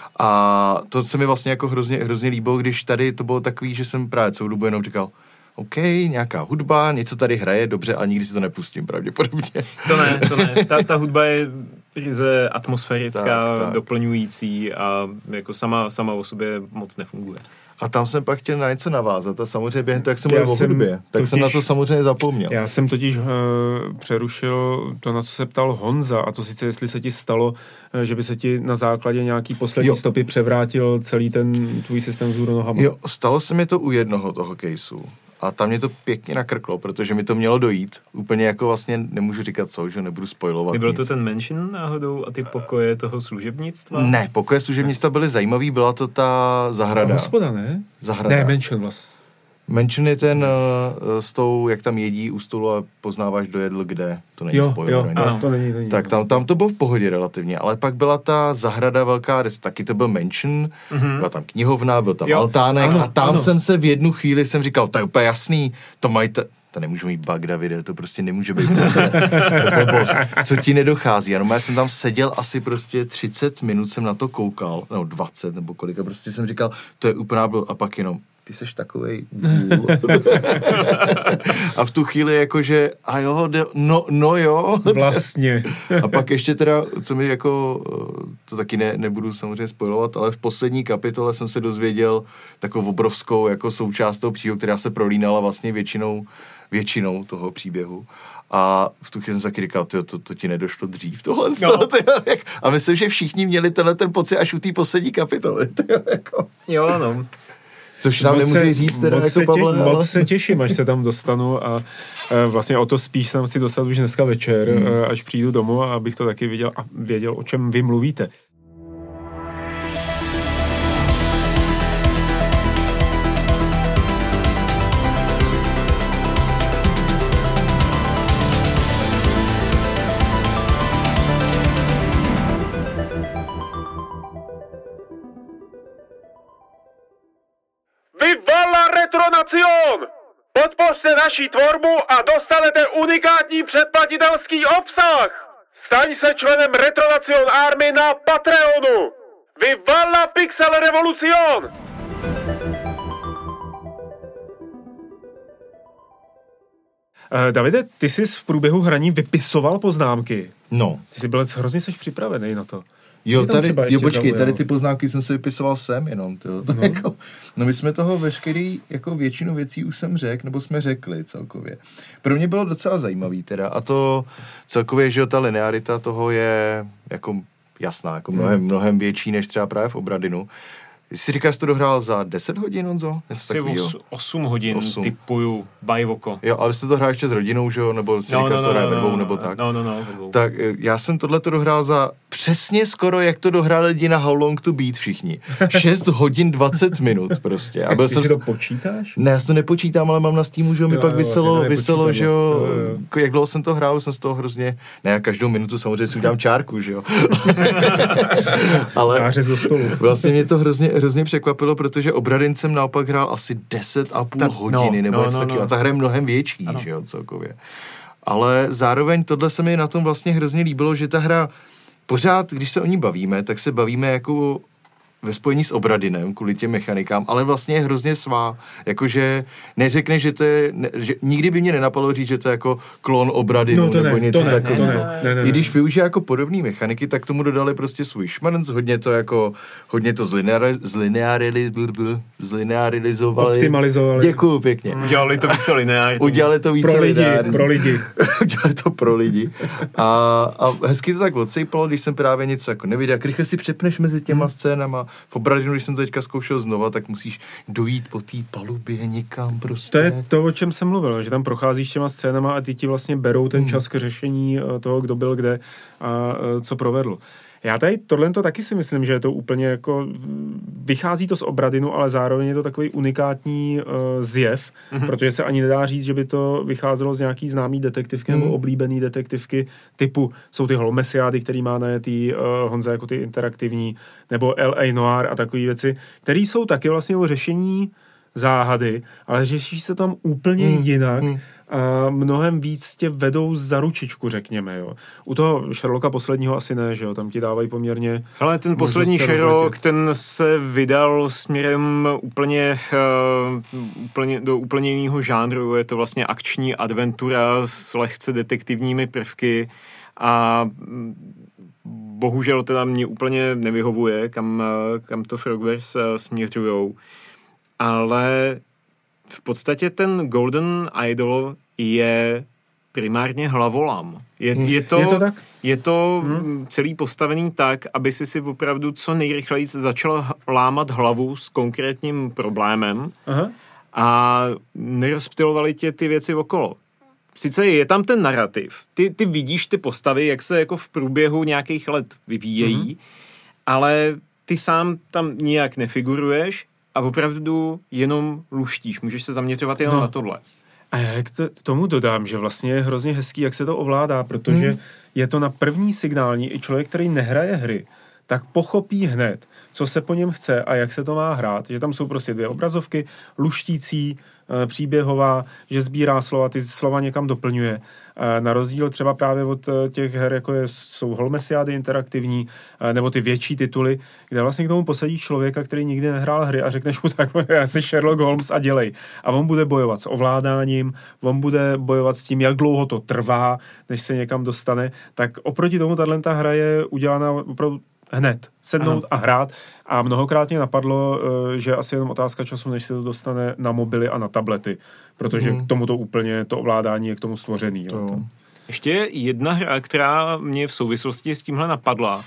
a to se mi vlastně jako hrozně líbilo, když tady to bylo takový, že jsem právě celou dobu jenom říkal, OK, nějaká hudba, něco tady hraje, dobře, ale nikdy si to nepustím pravděpodobně. To ne. Ta hudba je ryze atmosférická, tak. Doplňující a jako sama o sobě moc nefunguje. A tam jsem pak chtěl na něco navázat a samozřejmě během toho, jak jsem mluvil o hudbě, tak jsem na to samozřejmě zapomněl. Já jsem totiž přerušil to, na co se ptal Honza, a to sice, jestli se ti stalo, že by se ti na základě nějaký poslední stopy převrátil celý ten tvůj systém vzhůru nohama. Jo, stalo se mi to u jednoho toho caseu. A tam mě to pěkně nakrklo, protože mi to mělo dojít. Úplně jako vlastně nemůžu říkat co, že nebudu spoilovat. Nebylo to ten mansion náhodou a ty pokoje toho služebnictva? Ne, pokoje služebnictva byly zajímavý, byla to ta zahrada. Hospoda, ne? Zahrada. Ne, mansion vlastně. Mansion je ten s tou, jak tam jedí u stolu a poznáváš, kdo jedl kde. To není spoiler. To není. Tak tam to bylo v pohodě relativně, ale pak byla ta zahrada velká, taky to byl mansion, byla tam knihovna, byl tam altánek a tam jsem se v jednu chvíli jsem říkal, to je úplně jasný, to mají to nemůžu mít bug, Davide, to prostě nemůže být blbost. Co ti nedochází? Ano, já jsem tam seděl asi prostě 30 minut jsem na to koukal, no 20 nebo kolik, a prostě jsem říkal, to je úplná blbost, a pak jenom ty seš takovej bůl. A v tu chvíli jakože, a jo, no jo. Vlastně. A pak ještě teda, co mi jako, to taky nebudu samozřejmě spoilovat, ale v poslední kapitole jsem se dozvěděl takovou obrovskou jako součást toho příběhu, která se prolínala vlastně většinou toho příběhu. A v tu chvíli jsem taky říkal, to ti nedošlo dřív, tohle. No. A myslím, že všichni měli ten pocit až u té poslední kapitoly. Jo, no. Což nám nemůže říct teda jako Pavle. Moc se těším, až se tam dostanu a vlastně o to spíš se chci dostat už dneska večer, až přijdu domů, abych to taky viděl a věděl, o čem vy mluvíte. Retronacion! Podpořte naši tvorbu a dostanete unikátní předplatitelský obsah! Staň se členem Retronacion Army na Patreonu! Viva Pixel Revolucion! Davide, ty jsi v průběhu hraní vypisoval poznámky. No. Ty jsi byl hrozně připravený na to. Počkej, tady ty poznámky jsem si vypisoval jenom. No my jsme toho veškerý, jako většinu věcí už jsem řekl, nebo jsme řekli celkově. Pro mě bylo docela zajímavý teda, a to celkově, že ta linearita toho je jako jasná, jako mnohem větší než třeba právě v Obradinu. Jsi říkáš, že to dohrál za 10 hodin, Honzo? Asi 8 hodin typuju bajvoko. Jo, ale jste to hrál ještě s rodinou, že jo? Nebo si říkáš, to hraje ve dvou, nebo tak? No, tak já jsem tohleto dohrál za přesně skoro, jak to dohráli lidi na How Long to Beat všichni. 6 hodin 20 minut prostě. A byl Ty si to počítáš? Ne, já to nepočítám, ale mám na Steamu, že jo, mi pak vyselo, že jo, jak dlouho jsem to hrál, jsem z toho hrozně, ne, každou minutu samozřejmě si udělám čárku, že jo. Ale zářez do stolu. Vlastně mě to hrozně překvapilo, protože Obradin jsem naopak hrál asi 10,5 hodiny, nebo něco takového. A ta hra je mnohem větší, že jo, celkově. Ale zároveň tohle se mi na tom vlastně hrozně líbilo, že ta hra pořád, když se o ní bavíme, tak se bavíme jako ve spojení s Obradinem, kvůli těm mechanikám, ale vlastně je hrozně svá. Jakože neřekne, že to je, že nikdy by mě nenapadlo říct, že to je jako klon Obradinu, nebo něco takového. I když využije jako podobné mechaniky, tak tomu dodali prostě svůj šmrnc, hodně to zlinearizovali. Optimalizovali. Děkuju pěkně. Udělali to více lineární. Udělali to více lineární. Pro lidi. Udělali to pro lidi. A hezky to tak odsejpalo, když jsem právě něco jako neviděl, jak rychle si přepneš mezi těma scénama. V Obradinu, když jsem to teďka zkoušel znova, tak musíš dojít po té palubě někam prostě. To je to, o čem jsem mluvil, že tam procházíš těma scénama a ty ti vlastně berou ten čas k řešení toho, kdo byl kde a co provedl. Já tady tohle taky si myslím, že je to úplně jako, vychází to z Obradinu, ale zároveň je to takový unikátní zjev, protože se ani nedá říct, že by to vycházelo z nějaký známý detektivky nebo oblíbený detektivky typu, jsou ty Holmesiády, který má najetý Honza jako ty interaktivní, nebo L.A. Noir a takové věci, které jsou taky vlastně o řešení záhady, ale řeší se tam úplně jinak a mnohem víc tě vedou za ručičku, řekněme, jo. U toho Sherlocka posledního asi ne, že jo, tam ti dávají poměrně... Hele, ten poslední Sherlock, ten se vydal směrem úplně do úplně jiného žánru, je to vlastně akční adventura s lehce detektivními prvky a bohužel teda mě úplně nevyhovuje, kam to Frogwares směřujou. Ale v podstatě ten Golden Idol je primárně hlavolam. Je to celý postavený tak, aby si opravdu co nejrychleji začal lámat hlavu s konkrétním problémem a nerozptylovaly tě ty věci okolo. Sice je tam ten narrativ, ty vidíš ty postavy, jak se jako v průběhu nějakých let vyvíjejí, ale ty sám tam nijak nefiguruješ a opravdu jenom luštíš. Můžeš se zaměřovat jenom na tohle. A já k tomu dodám, že vlastně je hrozně hezký, jak se to ovládá, protože je to na první signální i člověk, který nehraje hry, tak pochopí hned, co se po něm chce a jak se to má hrát. Že tam jsou prostě 2 obrazovky, luštící, příběhová, že sbírá slova, ty slova někam doplňuje. Na rozdíl třeba právě od těch her, jako jsou Holmesiády interaktivní, nebo ty větší tituly, kde vlastně k tomu posadí člověka, který nikdy nehrál hry a řekneš mu tak, já jsi Sherlock Holmes a dělej. A on bude bojovat s ovládáním, on bude bojovat s tím, jak dlouho to trvá, než se někam dostane. Tak oproti tomu tato hra je udělaná opravdu hned sednout a hrát a mnohokrát mě napadlo, že asi jenom otázka času, než se to dostane na mobily a na tablety, protože k tomu to úplně, to ovládání je k tomu stvořený. Jo. Ještě jedna hra, která mě v souvislosti s tímhle napadla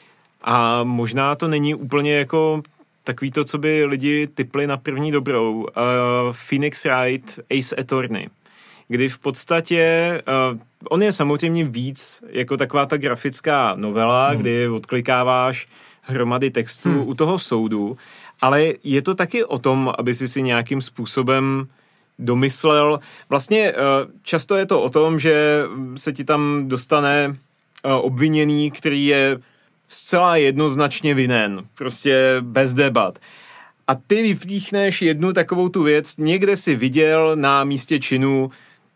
a možná to není úplně jako takový to, co by lidi tipli na první dobrou, Phoenix Wright Ace Attorney, kdy v podstatě on je samozřejmě víc jako taková ta grafická novela, kdy odklikáváš hromady textů u toho soudu, ale je to taky o tom, aby si nějakým způsobem domyslel. Vlastně často je to o tom, že se ti tam dostane obviněný, který je zcela jednoznačně vinen, prostě bez debat. A ty vypíchneš jednu takovou tu věc, někde si viděl na místě činu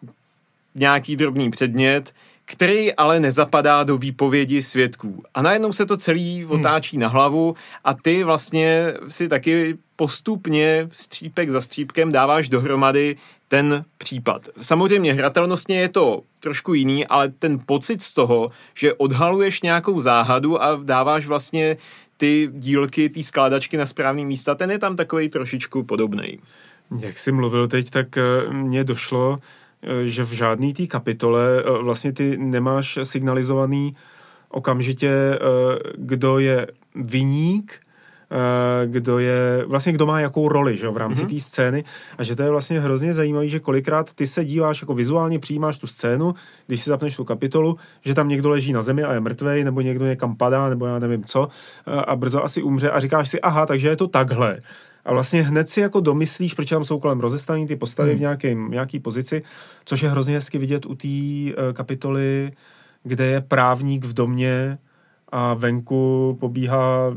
nějaký drobný předmět, který ale nezapadá do výpovědi svědků. A najednou se to celý otáčí na hlavu a ty vlastně si taky postupně střípek za střípkem dáváš dohromady ten případ. Samozřejmě hratelnostně je to trošku jiný, ale ten pocit z toho, že odhaluješ nějakou záhadu a dáváš vlastně ty dílky, ty skládačky na správný místa, ten je tam takovej trošičku podobnej. Jak jsi mluvil teď, tak mně došlo, že v žádný té kapitole vlastně ty nemáš signalizovaný okamžitě, kdo je viník kdo má jakou roli, že, v rámci té scény a že to je vlastně hrozně zajímavý, že kolikrát ty se díváš, jako vizuálně přijímáš tu scénu, když si zapneš tu kapitolu, že tam někdo leží na zemi a je mrtvej, nebo někdo někam padá, nebo já nevím co, a brzo asi umře a říkáš si, aha, takže je to takhle. A vlastně hned si jako domyslíš, proč tam jsou kolem rozestavený ty postavy v nějaký pozici, což je hrozně hezky vidět u té kapitoly, kde je právník v domě a venku pobíhá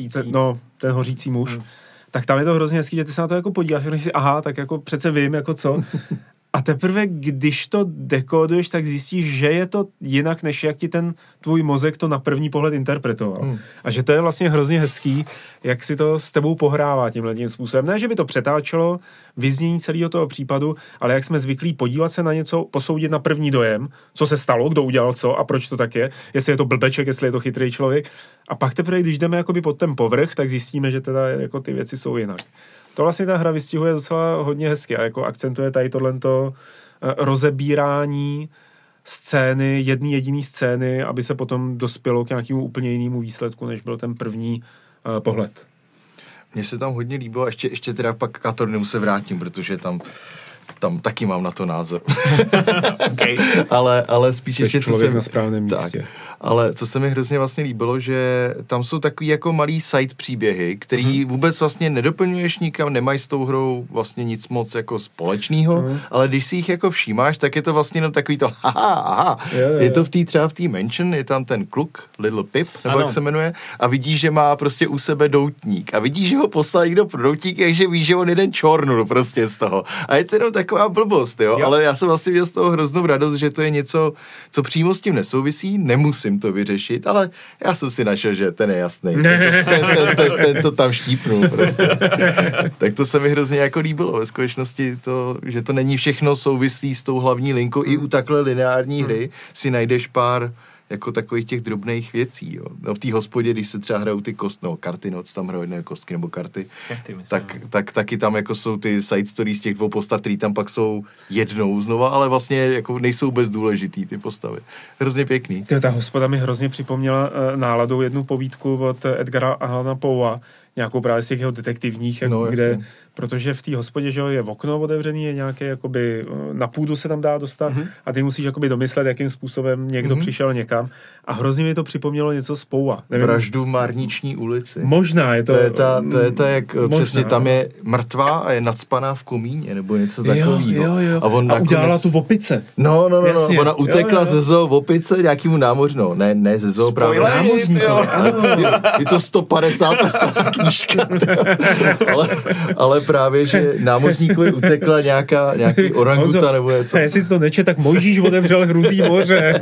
ten hořící muž. Tak tam je to hrozně hezký, že ty se na to jako podíváš a říkáš si, aha, tak jako přece vím, jako co. A teprve, když to dekóduješ, tak zjistíš, že je to jinak, než jak ti ten tvůj mozek to na první pohled interpretoval. A že to je vlastně hrozně hezký, jak si to s tebou pohrává tímhletím způsobem. Ne, že by to přetáčelo vyznění celého toho případu, ale jak jsme zvyklí podívat se na něco, posoudit na první dojem, co se stalo, kdo udělal co a proč to tak je, jestli je to blbeček, jestli je to chytrý člověk. A pak teprve, když jdeme jakoby pod ten povrch, tak zjistíme, že teda jako ty věci jsou jinak. To vlastně ta hra vystihuje docela hodně hezky a jako akcentuje tady tohleto rozebírání scény, jedný jediný scény, aby se potom dospělo k nějakému úplně jinému výsledku, než byl ten první pohled. Mně se tam hodně líbilo, ještě teda pak k Attorneymu se vrátím, protože tam taky mám na to názor. Okay. ale spíš ještě člověk na správném místě. Tak, ale co se mi hrozně vlastně líbilo, že tam jsou takový jako malý side příběhy, který vůbec vlastně nedoplňuješ nikam, nemají s tou hrou vlastně nic moc jako společného, ale když si jich jako všímáš, tak je to vlastně jenom takový to aha. Je to třeba v té mansion, je tam ten kluk, Little Pip, nebo jak se jmenuje, a vidíš, že má prostě u sebe doutník a vidíš, že ho poslal někdo pro doutník, takže víš, že on jeden čornul prostě z toho. A je to jenom taková blbost, jo? Ale já jsem vlastně měl z toho hroznou radost, že to je něco, co přímo s tím nesouvisí, nemusím to vyřešit, ale já jsem si našel, že ten je jasný. Ten to tam štípnul prostě. Tak to se mi hrozně jako líbilo. Ve skutečnosti že to není všechno souvislí s tou hlavní linkou. I u takhle lineární hry si najdeš pár jako takových těch drobných věcí, jo. No, v té hospodě, když se třeba hrajou ty karty, co tam hrajou kostky nebo karty, tak taky tam jako jsou ty side stories těch dvou postav, který tam pak jsou jednou znova, ale vlastně jako nejsou bezdůležitý ty postavy. Hrozně pěkný. Ta hospoda mi hrozně připomněla náladou jednu povídku od Edgara Allana Poea, nějakou právě z těch jeho detektivních, jako kde, protože v té hospodě, že je okno otevřený, je nějaké, jakoby, na půdu se tam dá dostat a ty musíš jakoby domyslet, jakým způsobem někdo přišel někam a hrozně mi to připomnělo něco z Poua. Vraždu v Márniční ulici. Možná je to... To je ta, jak možná, přesně tam je mrtvá a je nacpaná v komíně, nebo něco takového. Jo. A on udělala tu opice. No. Ona utekla ze zoo v opice nějakému námořníku. Ne ze zoo právě. Je to 150 stará knížka. ale právě, že námořníkovi utekla nějaký oranguta nebo něco. Jestli jsi to neče, tak Mojžíš otevřel Hrudý moře.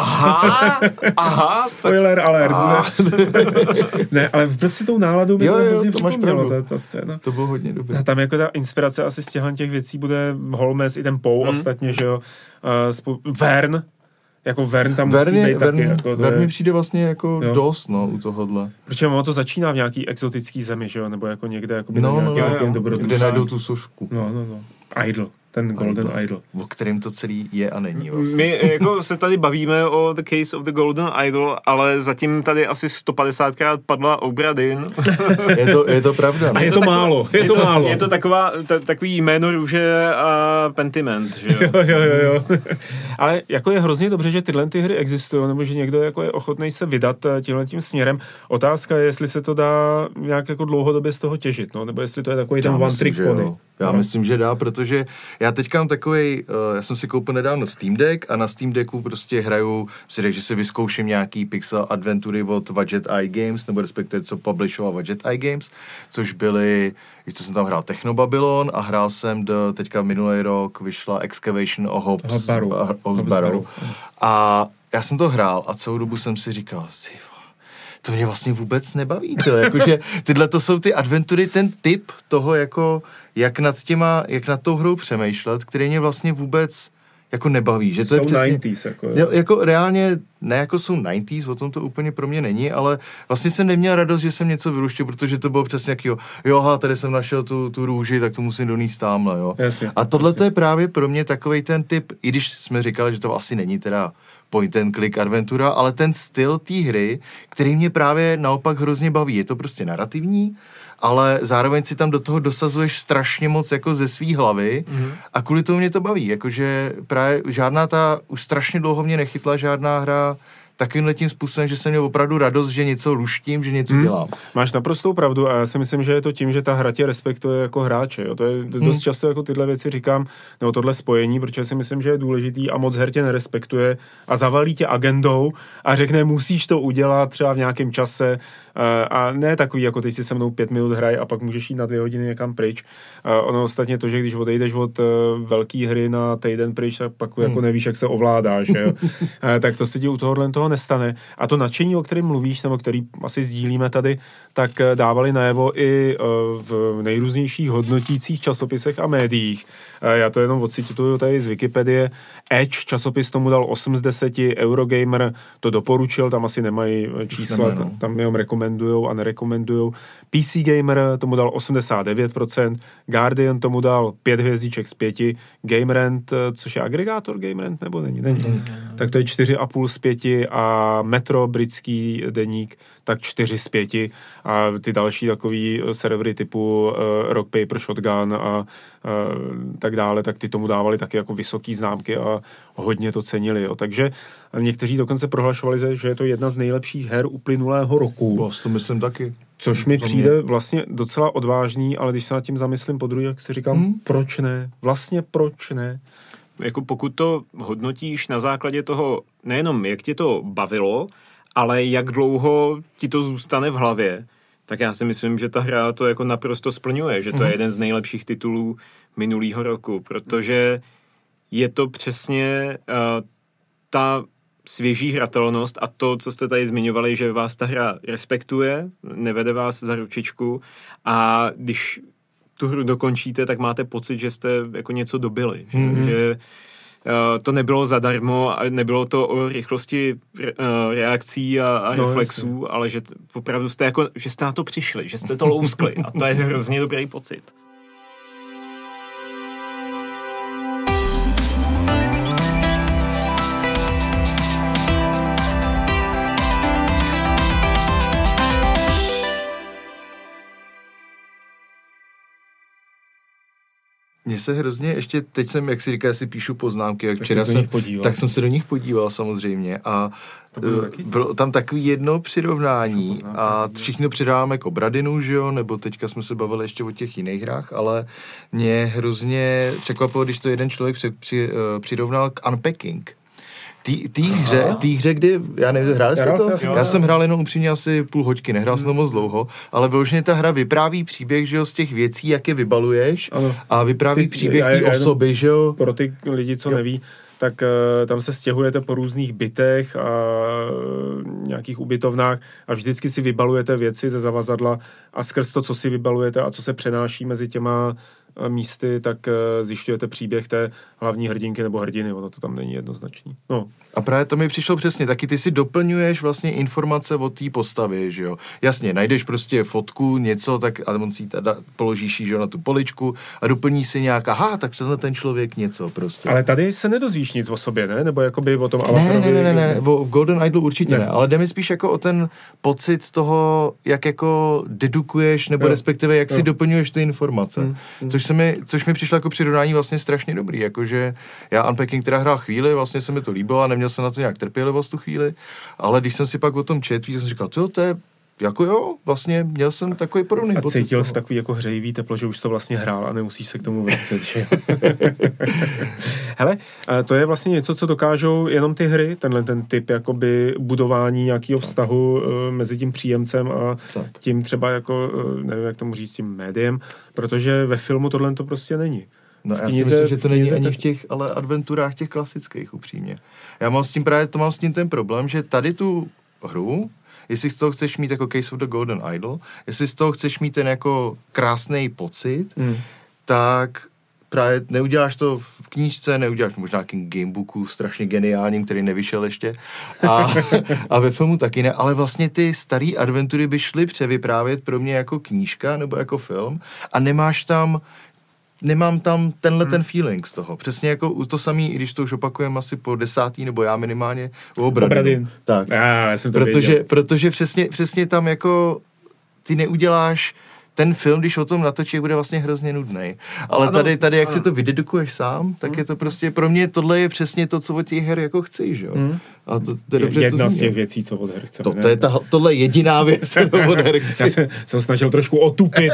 Aha. Spoiler alert. Ne, ale prostě tou náladou mi to hrozně připomnělo, ta scéna. To bylo hodně dobré. Tam jako ta inspirace asi z těch věcí bude Holmes i ten Poe ostatně, že jo. Vern. Jako Vern tam musí být taky. Vern mi přijde vlastně jako dost, u tohohle. Protože ono to začíná v nějaký exotický zemi, že jo, nebo jako někde jako nějakým dobrodružství. Kde najdou tu sošku. No. Idol. Ten Golden Idol. O kterém to celý je a není vlastně. My jako se tady bavíme o The Case of the Golden Idol, ale zatím tady asi 150krát padla Obra Dinn. Je to pravda. A je to málo. Je to takový jméno růže a Pentiment, že jo? Jo. Ale jako je hrozně dobře, že tyhle ty hry existují, nebo že někdo jako je ochotný se vydat tímhletím směrem. Otázka je, jestli se to dá nějak jako dlouhodobě z toho těžit, nebo jestli to je takový ten one trick pony. Já myslím, že dá, protože já teďka mám takovej, já jsem si koupil nedávno Steam Deck a na Steam Decku prostě hraju, si řekl, že si vyzkouším nějaký pixel adventury od Wadjet Eye Games, nebo respektive co publishoval Wadjet Eye Games, což byly, co jsem tam hrál, Technobabylon a hrál jsem teďka minulý rok vyšla Excavation of Hobbs Barrow. A já jsem to hrál a celou dobu jsem si říkal, to mě vlastně vůbec nebaví. Jakože tyhle to jsou ty adventury, ten typ toho, jako, jak nad tou hrou přemýšlet, který mě vlastně vůbec jako nebaví. Že to je přesně, 90s. Jako reálně, ne jako jsou 90s, o tom to úplně pro mě není, ale vlastně jsem neměl radost, že jsem něco vyruštil, protože to bylo přesně jakýho, tady jsem našel tu růži, tak to musím donést tamhle, jo. Jasně, a tohle to je právě pro mě takovej ten typ, i když jsme říkali, že to asi není teda point and click adventura, ale ten styl té hry, který mě právě naopak hrozně baví. Je to prostě narrativní, ale zároveň si tam do toho dosazuješ strašně moc jako ze svý hlavy a kvůli tomu mě to baví, jakože právě už strašně dlouho mě nechytla žádná hra takovýmhle tím způsobem, že jsem měl opravdu radost, že něco luštím, že něco dělám. Máš naprostou pravdu a já si myslím, že je to tím, že ta hra tě respektuje jako hráče. Jo? To je dost často jako tyhle věci říkám, nebo tohle spojení, protože si myslím, že je důležitý a moc her tě nerespektuje a zavalí tě agendou a řekne, musíš to udělat třeba v nějakém čase a ne takový, jako teď si se mnou 5 minut hraj a pak můžeš jít na 2 hodiny někam pryč. Ono ostatně to, že když odejdeš od velké hry na týden pryč, tak pak jako nevíš, jak se ovládáš, jo? Tak to se ti u toho nestane. A to nadšení, o kterém mluvíš, nebo který asi sdílíme tady, tak dávali najevo i v nejrůznějších hodnotících časopisech a médiích. Já to jenom odcituju tady z Wikipedie. Edge časopis tomu dal 8 z 10, Eurogamer to doporučil, tam asi nemají čísla, tam jenom rekomendujou a nerekomendujou. PC Gamer tomu dal 89%, Guardian tomu dal 5 hvězdiček z 5, GameRant, což je agregátor GameRant, nebo není? Tak to je 4,5 z 5 a Metro, britský deník, tak 4 z 5 a ty další takový servery typu Rock Paper Shotgun a tak dále, tak ty tomu dávali taky jako vysoký známky a hodně to cenili. Jo. Takže někteří dokonce prohlašovali, že je to jedna z nejlepších her uplynulého roku. To myslím taky. Což mi přijde vlastně docela odvážný, ale když se nad tím zamyslím podruhé, jak si říkám, proč ne? Vlastně proč ne? Jako pokud to hodnotíš na základě toho, nejenom jak tě to bavilo, ale jak dlouho ti to zůstane v hlavě, tak já si myslím, že ta hra to jako naprosto splňuje, že to je jeden z nejlepších titulů minulého roku, protože je to přesně ta svěží hratelnost a to, co jste tady zmiňovali, že vás ta hra respektuje, nevede vás za ručičku a když tu hru dokončíte, tak máte pocit, že jste jako něco dobili, že to nebylo zadarmo a nebylo to o rychlosti reakcí a reflexů, ale že opravdu jste jako, že jste na to přišli, že jste to louskli a to je hrozně dobrý pocit. Mně se hrozně, ještě teď jsem, jak si říká, já si píšu poznámky, jak včera tak jsem se do nich podíval samozřejmě a bylo tam takový jedno přirovnání a všichni přidáváme k Obradinu, že jo, nebo teďka jsme se bavili ještě o těch jiných hrách, ale mě hrozně překvapilo, když to jeden člověk přirovnal k Unpacking. Té hře, kdy, já nevím, hráli jste to? Já jsem hrál jenom upřímně asi půl hoďky, nehrál jsem to moc dlouho, ale vyloženě ta hra vypráví příběh, že jo, z těch věcí, jak je vybaluješ a vypráví příběh té osoby, že jo. Pro ty lidi, co neví, tak tam se stěhujete po různých bytech a nějakých ubytovnách a vždycky si vybalujete věci ze zavazadla a skrz to, co si vybalujete a co se přenáší mezi těma místy, tak zjišťujete příběh té hlavní hrdinky nebo hrdiny, ono to tam není jednoznačný. No. A právě to mi přišlo přesně, taky ty si doplňuješ vlastně informace o té postavě, že jo. Jasně, najdeš prostě fotku, něco, tak a on si položíš ji, že jo, na tu poličku a doplní si nějak, aha, tak tenhle ten člověk něco prostě. Ale tady se nedozvíš nic o sobě, ne? Nebo jakoby o tom Ne, v Golden Idol určitě ne, ale jde mi spíš jako o ten pocit z toho, jak jako dedukuješ, nebo respektive jak si doplňuješ ty informace. Což mi přišlo jako přirovnání vlastně strašně dobrý, jakože já Unpacking teda hrál chvíli, vlastně se mi to líbilo a neměl jsem na to nějak trpělivost tu chvíli, ale když jsem si pak o tom četl, jsem říkal, to je jako jo, vlastně měl jsem takový podobný pocit. A cítil jsi takový jako hřejivý teplo, že už to vlastně hrál a nemusíš se k tomu vracet, že? Hele, to je vlastně něco, co dokážou jenom ty hry, tenhle ten typ jakoby budování nějakého vztahu mezi tím příjemcem a tím třeba jako, nevím, jak tomu říct, tím médiem, protože ve filmu tohle to prostě není. No já si myslím, že to není ani v těch ale adventurách těch klasických, upřímně. Já mám s tím právě, mám s tím ten problém, že tady tu hru, jestli z toho chceš mít jako Case of the Golden Idol, jestli z toho chceš mít ten jako krásný pocit, tak právě neuděláš to v knížce, neuděláš možná nějakým gamebooku strašně geniálním, který nevyšel ještě a ve filmu taky ne, ale vlastně ty starý adventury by šly převyprávět pro mě jako knížka nebo jako film a nemáš tam nemám tam ten feeling z toho. Přesně jako to samý, i když to už opakujeme asi po 10. nebo já minimálně u Obradin. Tak. Já jsem to věděl. Protože přesně tam jako ty neuděláš ten film, když o tom natočí, bude vlastně hrozně nudný. Ale ano, tady jak si to vydedukuješ sám, tak je to prostě, pro mě tohle je přesně to, co od těch her jako chci, že jo. A to je dobře, jedna z těch věcí, co od her chci. Tohle je jediná věc, co od her chci. Já jsem snažil trošku otupit.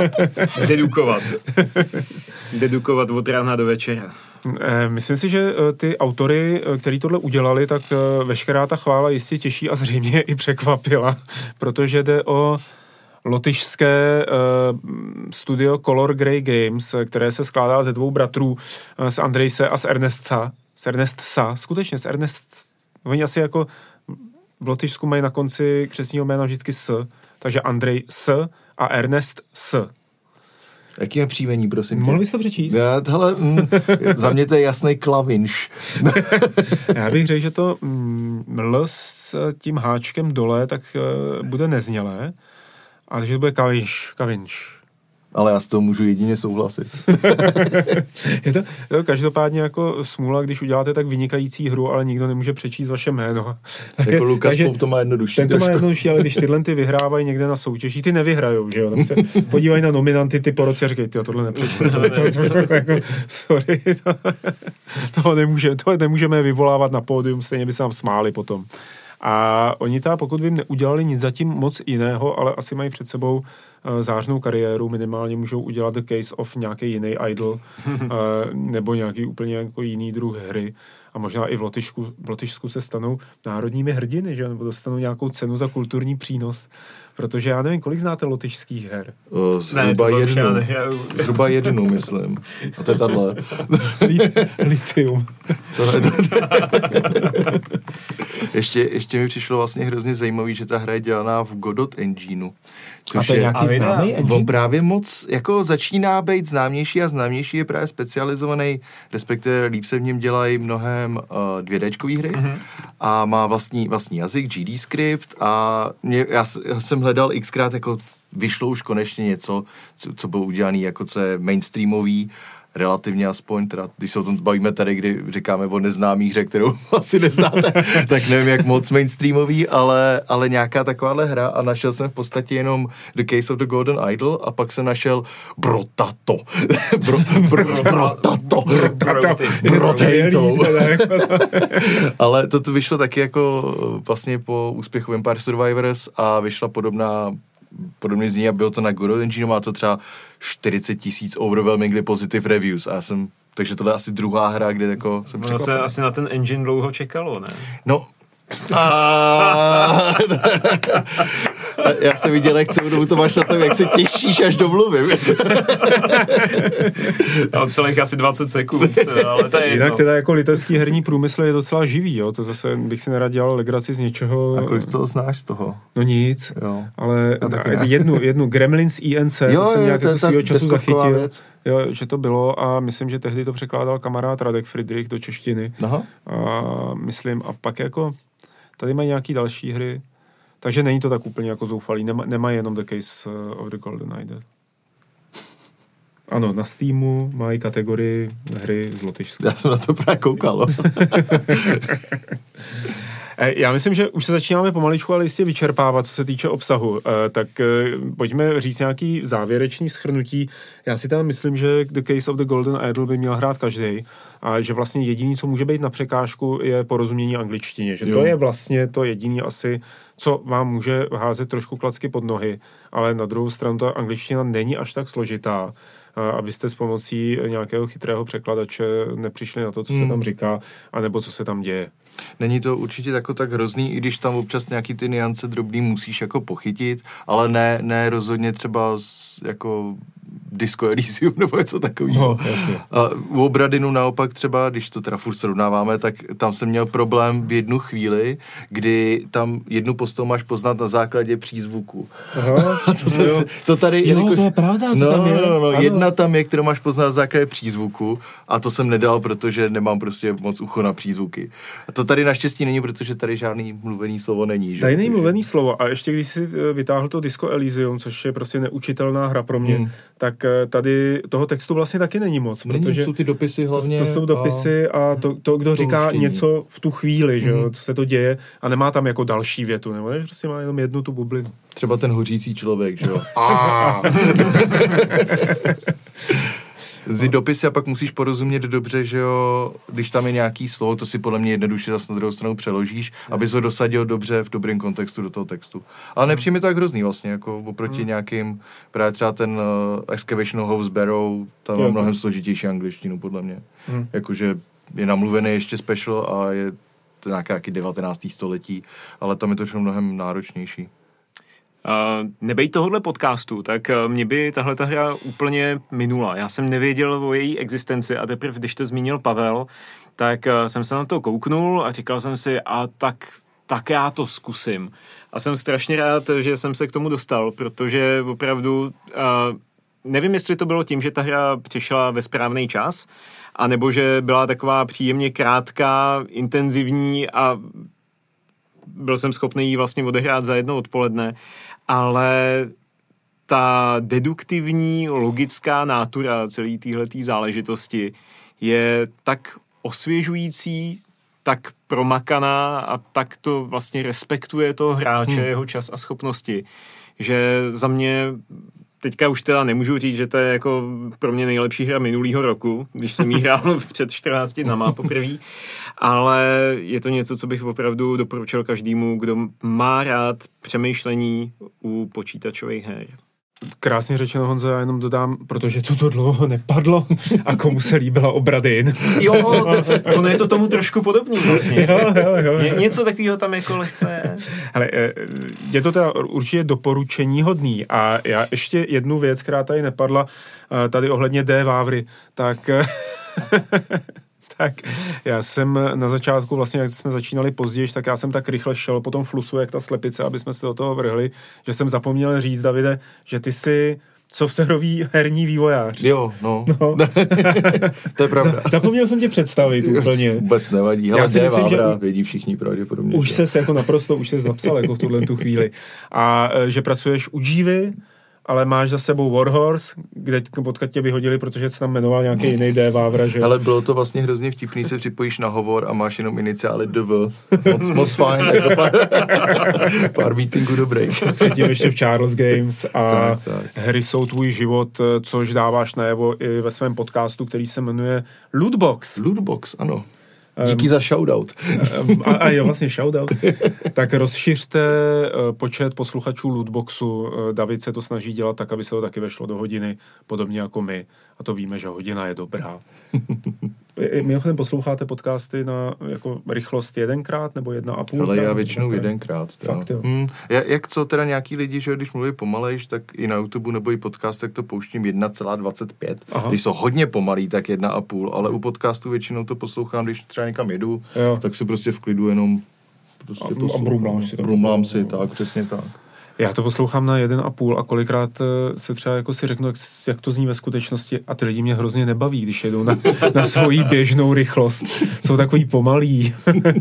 Dedukovat od rána do večera. Myslím si, že ty autory, který tohle udělali, tak veškerá ta chvála jistě těší a zřejmě i překvapila, protože jde o lotyšské studio Color Grey Games, které se skládá ze dvou bratrů, z Andrejse a z Ernestsa. Skutečně z Ernest. Oni asi jako v Lotyšsku mají na konci křestního jména vždycky S, takže Andrej S a Ernest S. Jaký je příjmení, prosím tě? Mohl bys to přečíst? Hele, za mě to je jasný klavinš. Já bych řekl, že to L s tím háčkem dole, tak bude neznělé. A takže to bude kavinš. Ale já s toho můžu jedině souhlasit. je to každopádně jako smůla, když uděláte tak vynikající hru, ale nikdo nemůže přečíst vaše jméno. Jako Lukas Pope to má jednodušší. Ten to má jednodušší, ale když tyhle ty vyhrávají někde na soutěži, ty nevyhrajou, že jo? Tak se podívají na nominanty ty po roce a říkají, tohle nepřečtu. Sorry, to nemůžeme vyvolávat na pódium, stejně by se nám smáli potom. A oni pokud by neudělali nic zatím moc jiného, ale asi mají před sebou zářnou kariéru, minimálně můžou udělat The Case of nějaký jiný idol nebo nějaký úplně jako jiný druh hry. A možná i v Lotyšsku se stanou národními hrdiny, že? Nebo dostanou nějakou cenu za kulturní přínos. Protože já nevím, kolik znáte lotyšských her? Zhruba jednu, myslím. A to je tahle. Litium. Ještě mi přišlo vlastně hrozně zajímavý, že ta hra je dělaná v Godot engineu. A to je nějaký známý engine? On právě moc jako začíná být známější a známější, je právě specializovaný, respektive líp se v něm dělají mnohem 2Dčkový hry a má vlastní jazyk, GDScript a já jsem hledal xkrát, jako vyšlo už konečně něco, co bylo udělané, jako co je mainstreamový, relativně aspoň, teda, když se o tom bavíme tady, kdy říkáme o neznámých hře, kterou asi neznáte, tak nevím, jak moc mainstreamový, ale nějaká takováhle hra a našel jsem v podstatě jenom The Case of the Golden Idol a pak jsem našel Brotato. Brotato. Ale to vyšlo taky jako vlastně po úspěchu Empire Survivors a vyšla podobně zní a bylo to na Godot Engineu, má to třeba 40 000 overwhelmingly positive reviews a takže tohle je asi druhá hra, kde jako jsem překvapen. Se asi na ten engine dlouho čekalo, ne? No. Já jsem viděl, jak celou dobu to máš na tom, jak se těšíš, až domluvím. Celých asi 20 sekund, ale to je jinak teda jako litevský herní průmysl je docela živý, jo? To zase bych si nerad dělal legraci z něčeho. A kolik toho znáš z toho? No nic, jo. Ale jednu Gremlins INC, jo, to jsem nějak jako svýho času zachytil. Věc. Jo, že to bylo a myslím, že tehdy to překládal kamarád Radek Friedrich do češtiny. Aha. A pak jako tady mají nějaký další hry. Takže není to tak úplně jako zoufalý. Nemá jenom The Case of the Golden Idol. Ano, na Steamu mají kategorii hry z Lotyšska. Já jsem na to právě koukal. Já myslím, že už se začínáme pomaličku, ale jistě vyčerpávat, co se týče obsahu. Tak pojďme říct nějaký závěrečný shrnutí. Já si tam myslím, že The Case of the Golden Idol by měl hrát každý a že vlastně jediný, co může být na překážku, je porozumění angličtině. Že to je vlastně to jediný asi, co vám může házet trošku klacky pod nohy, ale na druhou stranu ta angličtina není až tak složitá, abyste s pomocí nějakého chytrého překladače nepřišli na to, co se tam říká, anebo co se tam děje. Není to určitě tak hrozný, i když tam občas nějaký ty nuance drobný musíš jako pochytit, ale ne rozhodně třeba jako Disco Elysium nebo něco takového. No, a u Obradinu naopak třeba, když to teda furt srovnáváme, tak tam jsem měl problém v jednu chvíli, kdy tam jednu postavu máš poznat na základě přízvuku. Aha, to tady... to je pravda. Jedna tam je, kterou máš poznat na základě přízvuku a to jsem nedal, protože nemám prostě moc ucho na přízvuky. A to tady naštěstí není, protože tady žádný mluvený slovo není. Že? Tady není mluvený slovo a ještě když si vytáhl to Disco Elysium, což je prostě neučitelná hra pro mě, tak tady toho textu vlastně taky není moc, protože jsou ty dopisy hlavně. To jsou dopisy a to kdo říká něco v tu chvíli, že co se to děje a nemá tam jako další větu, nebo ne, prostě má jenom jednu tu bublinu. Třeba ten hořící člověk, že jo. Ty dopisy a pak musíš porozumět dobře, že jo, když tam je nějaký slovo, to si podle mě jednoduše zase na druhou stranu přeložíš, aby se ho dosadil dobře v dobrém kontextu do toho textu. Ale nepřijde mi to tak hrozný vlastně, jako oproti nějakým, právě třeba ten Excavation House Barrow, tam je mnohem složitější angličtinu podle mě. Jakože je namluvený ještě special a je to nějaký 19. století, ale tam je to všechno mnohem náročnější. Nebej tohohle podcastu, tak mě by tahle ta hra úplně minula. Já jsem nevěděl o její existenci a teprve, když to zmínil Pavel, tak jsem se na to kouknul a říkal jsem si, a tak já to zkusím. A jsem strašně rád, že jsem se k tomu dostal, protože opravdu nevím, jestli to bylo tím, že ta hra přišla ve správný čas, anebo že byla taková příjemně krátká, intenzivní a byl jsem schopný ji vlastně odehrát za jedno odpoledne, ale ta deduktivní, logická nátura celé téhletý záležitosti je tak osvěžující, tak promakaná a tak to vlastně respektuje toho hráče, jeho čas a schopnosti, že za mě teďka už teda nemůžu říct, že to je jako pro mě nejlepší hra minulýho roku, když jsem jí hrál před 14 dnama poprvé, ale je to něco, co bych opravdu doporučil každému, kdo má rád přemýšlení u počítačových her. Krásně řečeno, Honzo, já jenom dodám, protože to dlouho nepadlo a komu se líbila Obradin. Jo, ono je to tomu trošku podobný vlastně. Jo. Něco takového tam jako lehce. Hele, je to teda určitě doporučení hodný a já ještě jednu věc, která tady nepadla, tady ohledně D. Vávry, tak... Tak já jsem na začátku, vlastně jak jsme začínali později, tak já jsem tak rychle šel po tom flusu, jak ta slepice, aby jsme se do toho vrhli, že jsem zapomněl říct, Davide, že ty jsi softwarový herní vývojář. Jo, no. To je pravda. Zapomněl jsem tě představit úplně. Vůbec nevadí. Ale D. Vávra vědí všichni pravděpodobně. Už ses jako naprosto, už ses zapsal jako v tu chvíli. A že pracuješ u Jivy, ale máš za sebou Warhorse, kde podkat tě vyhodili, protože se tam jmenoval nějaký jiný D. Vávra, že? Ale bylo to vlastně hrozně vtipný, se připojíš na hovor a máš jenom iniciály DV. Moc fajn, jako pár meetingů dobrých. Předtím ještě v Charles Games a tak. Hry jsou tvůj život, což dáváš najevo i ve svém podcastu, který se jmenuje Lootbox. Lootbox, ano. Díky za shoutout. A jo, vlastně shoutout. Tak rozšiřte počet posluchačů Lootboxu. David se to snaží dělat tak, aby se to taky vešlo do hodiny, podobně jako my. A to víme, že hodina je dobrá. Mimochodem posloucháte podcasty na jako rychlost 1x nebo 1,5? Ale já většinou 1x. Fakt jo. Jak co teda nějaký lidi, že když mluví pomalejš, tak i na YouTube nebo i podcast, tak to pouštím 1,25. Když jsou hodně pomalý, tak 1,5, ale u podcastu většinou to poslouchám, když třeba někam jedu, tak si prostě v klidu jenom prostě brumlám si, tak, přesně tak. Já to poslouchám na 1,5 a kolikrát se třeba jako si řeknu, jak to zní ve skutečnosti a ty lidi mě hrozně nebaví, když jedou na svoji běžnou rychlost. Jsou takový pomalí.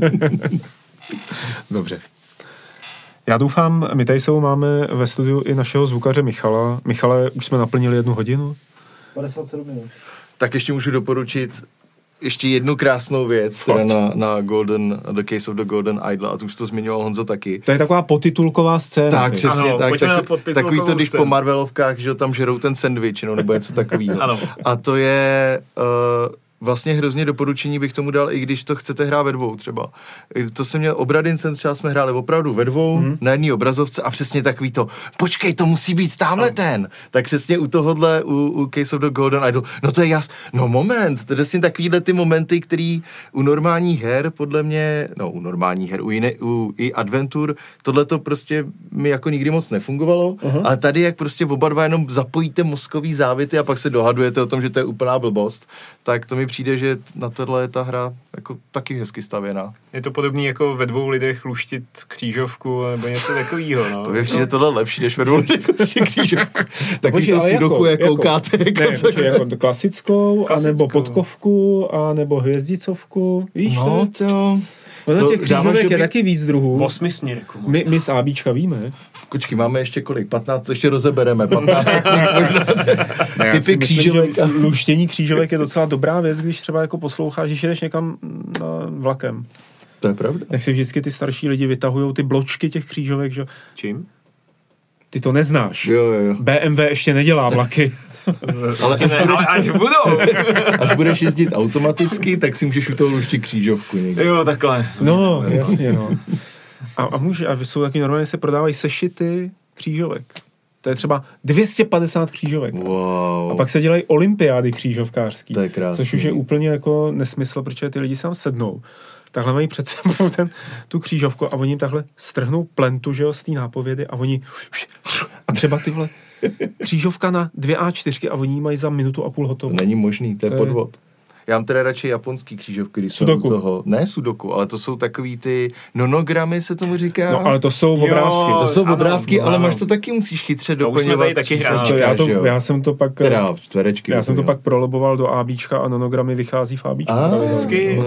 Dobře. Já doufám, my tady máme ve studiu i našeho zvukaře Michala. Michale, už jsme naplnili 1 hodinu? 57 minut. Tak ještě můžu doporučit ještě jednu krásnou věc, teda na The Case of the Golden Idol, a tu už to zmiňoval Honzo taky. To je taková potitulková scéna. Tak, přesně, takový to, když po Marvelovkách, že tam žerou ten sandwich, nebo něco takového. A to je... vlastně hrozně doporučení bych tomu dal, i když to chcete hrát ve dvou třeba. To jsem měl, Obradin třeba jsme hráli opravdu ve dvou, na jedné obrazovce a přesně takový to, počkej, to musí být tamhle ten. Tak přesně u tohohle, u Case of the Golden Idol, no to je no moment, to je přesně takovýhle ty momenty, který u normálních her, podle mě, u normálních her, u adventur, tohle to prostě mi jako nikdy moc nefungovalo, ale tady jak prostě oba dva jenom zapojíte mozkový závity a pak se dohadujete o tom, že to je úplná blbost, tak to mi přijde, že na tohle je ta hra jako taky hezky stavěná. Je to podobný jako ve 2 lidech luštit křížovku nebo něco takového, no. To mi přijde tohle lepší, než ve 2 lidech luštit křížovku. Takový to sudoku koukáte. Jako klasickou, anebo podkovku, anebo hvězdicovku. Víš no to... Ono těch křížovek je taky víc druhů. 8směrku. My z ABčka víme. Kočky, máme ještě kolik? 15, ještě rozebereme. 15 možná. Typy křížovek. Luštění křížovek je docela dobrá věc, když třeba jako posloucháš, když jedeš někam vlakem. To je pravda. Tak si vždycky ty starší lidi vytahujou ty bločky těch křížovek, že? Čím? Ty to neznáš. Jo. BMW ještě nedělá vlaky. Ale až budou. Až budeš jezdit automaticky, tak si můžeš u toho luštit křížovku někde. Jo, takhle. No, jasně, no. A jsou taky normálně se prodávají sešity křížovek. To je třeba 250 křížovek. Wow. A pak se dělají olympiády křížovkářský. To je krásný. Což už je úplně jako nesmysl, protože ty lidi se tam sednou. Takhle mají před sebou tu křížovku a oni jim takhle strhnou plentu, že jo, z té nápovědy a oni a třeba tyhle křížovka na 2 A4 a oni mají za minutu a půl hotovo. To není možný, to je podvod. Já mám teda radši japonský křížovky, když Sudoku. jsou toho. Ne sudoku, ale to jsou takový ty nonogramy, se tomu říká. No, ale to jsou obrázky. To jsou obrázky, ano. ale máš to taky musíš chytře doplňovat. Taky já jsem to pak teda čtverečky. Já jsem to pak proloboval do ABčka a nonogramy vychází v ABčku. Hezky.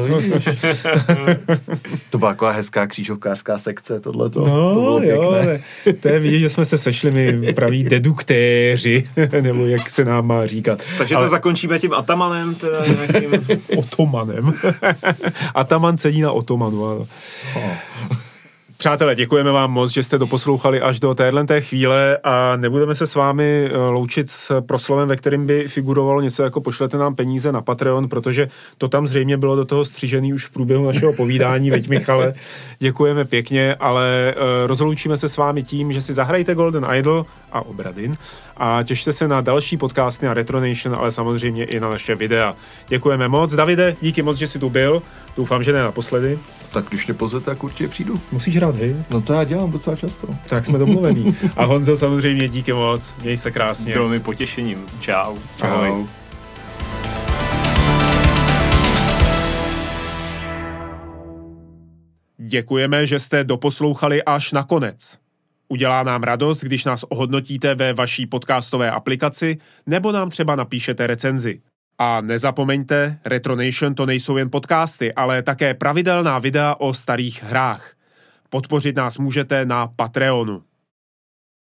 To byla taková hezká křížovkářská sekce, tohleto. No, to bylo pěkné. To je vidět, že jsme se sešli my praví deduktéři, nebo jak se nám má říkat. Takže to zakončíme tím atamanem, teda nějakým... Otomanem. Ataman sedí na otomanu, ano. Přátelé, děkujeme vám moc, že jste doposlouchali až do téhle chvíle a nebudeme se s vámi loučit s proslovem, ve kterým by figurovalo něco jako pošlete nám peníze na Patreon, protože to tam zřejmě bylo do toho střižený už v průběhu našeho povídání, veď Michale, děkujeme pěkně, ale rozloučíme se s vámi tím, že si zahrajte Golden Idol a Obradin a těšte se na další podcasty na Retronation, ale samozřejmě i na naše videa. Děkujeme moc. Davide, díky moc, že jsi tu byl. Doufám, že ne naposledy. Tak když tě pozvete, tak určitě přijdu. Musíš hrát hry. No to já dělám docela často. Tak jsme domluvení. A Honzo, samozřejmě díky moc. Měj se krásně. Bylo mi potěšením. Čau. Ahoj. Děkujeme, že jste doposlouchali až na konec. Udělá nám radost, když nás ohodnotíte ve vaší podcastové aplikaci nebo nám třeba napíšete recenzi. A nezapomeňte, Retronation to nejsou jen podcasty, ale také pravidelná videa o starých hrách. Podpořit nás můžete na Patreonu.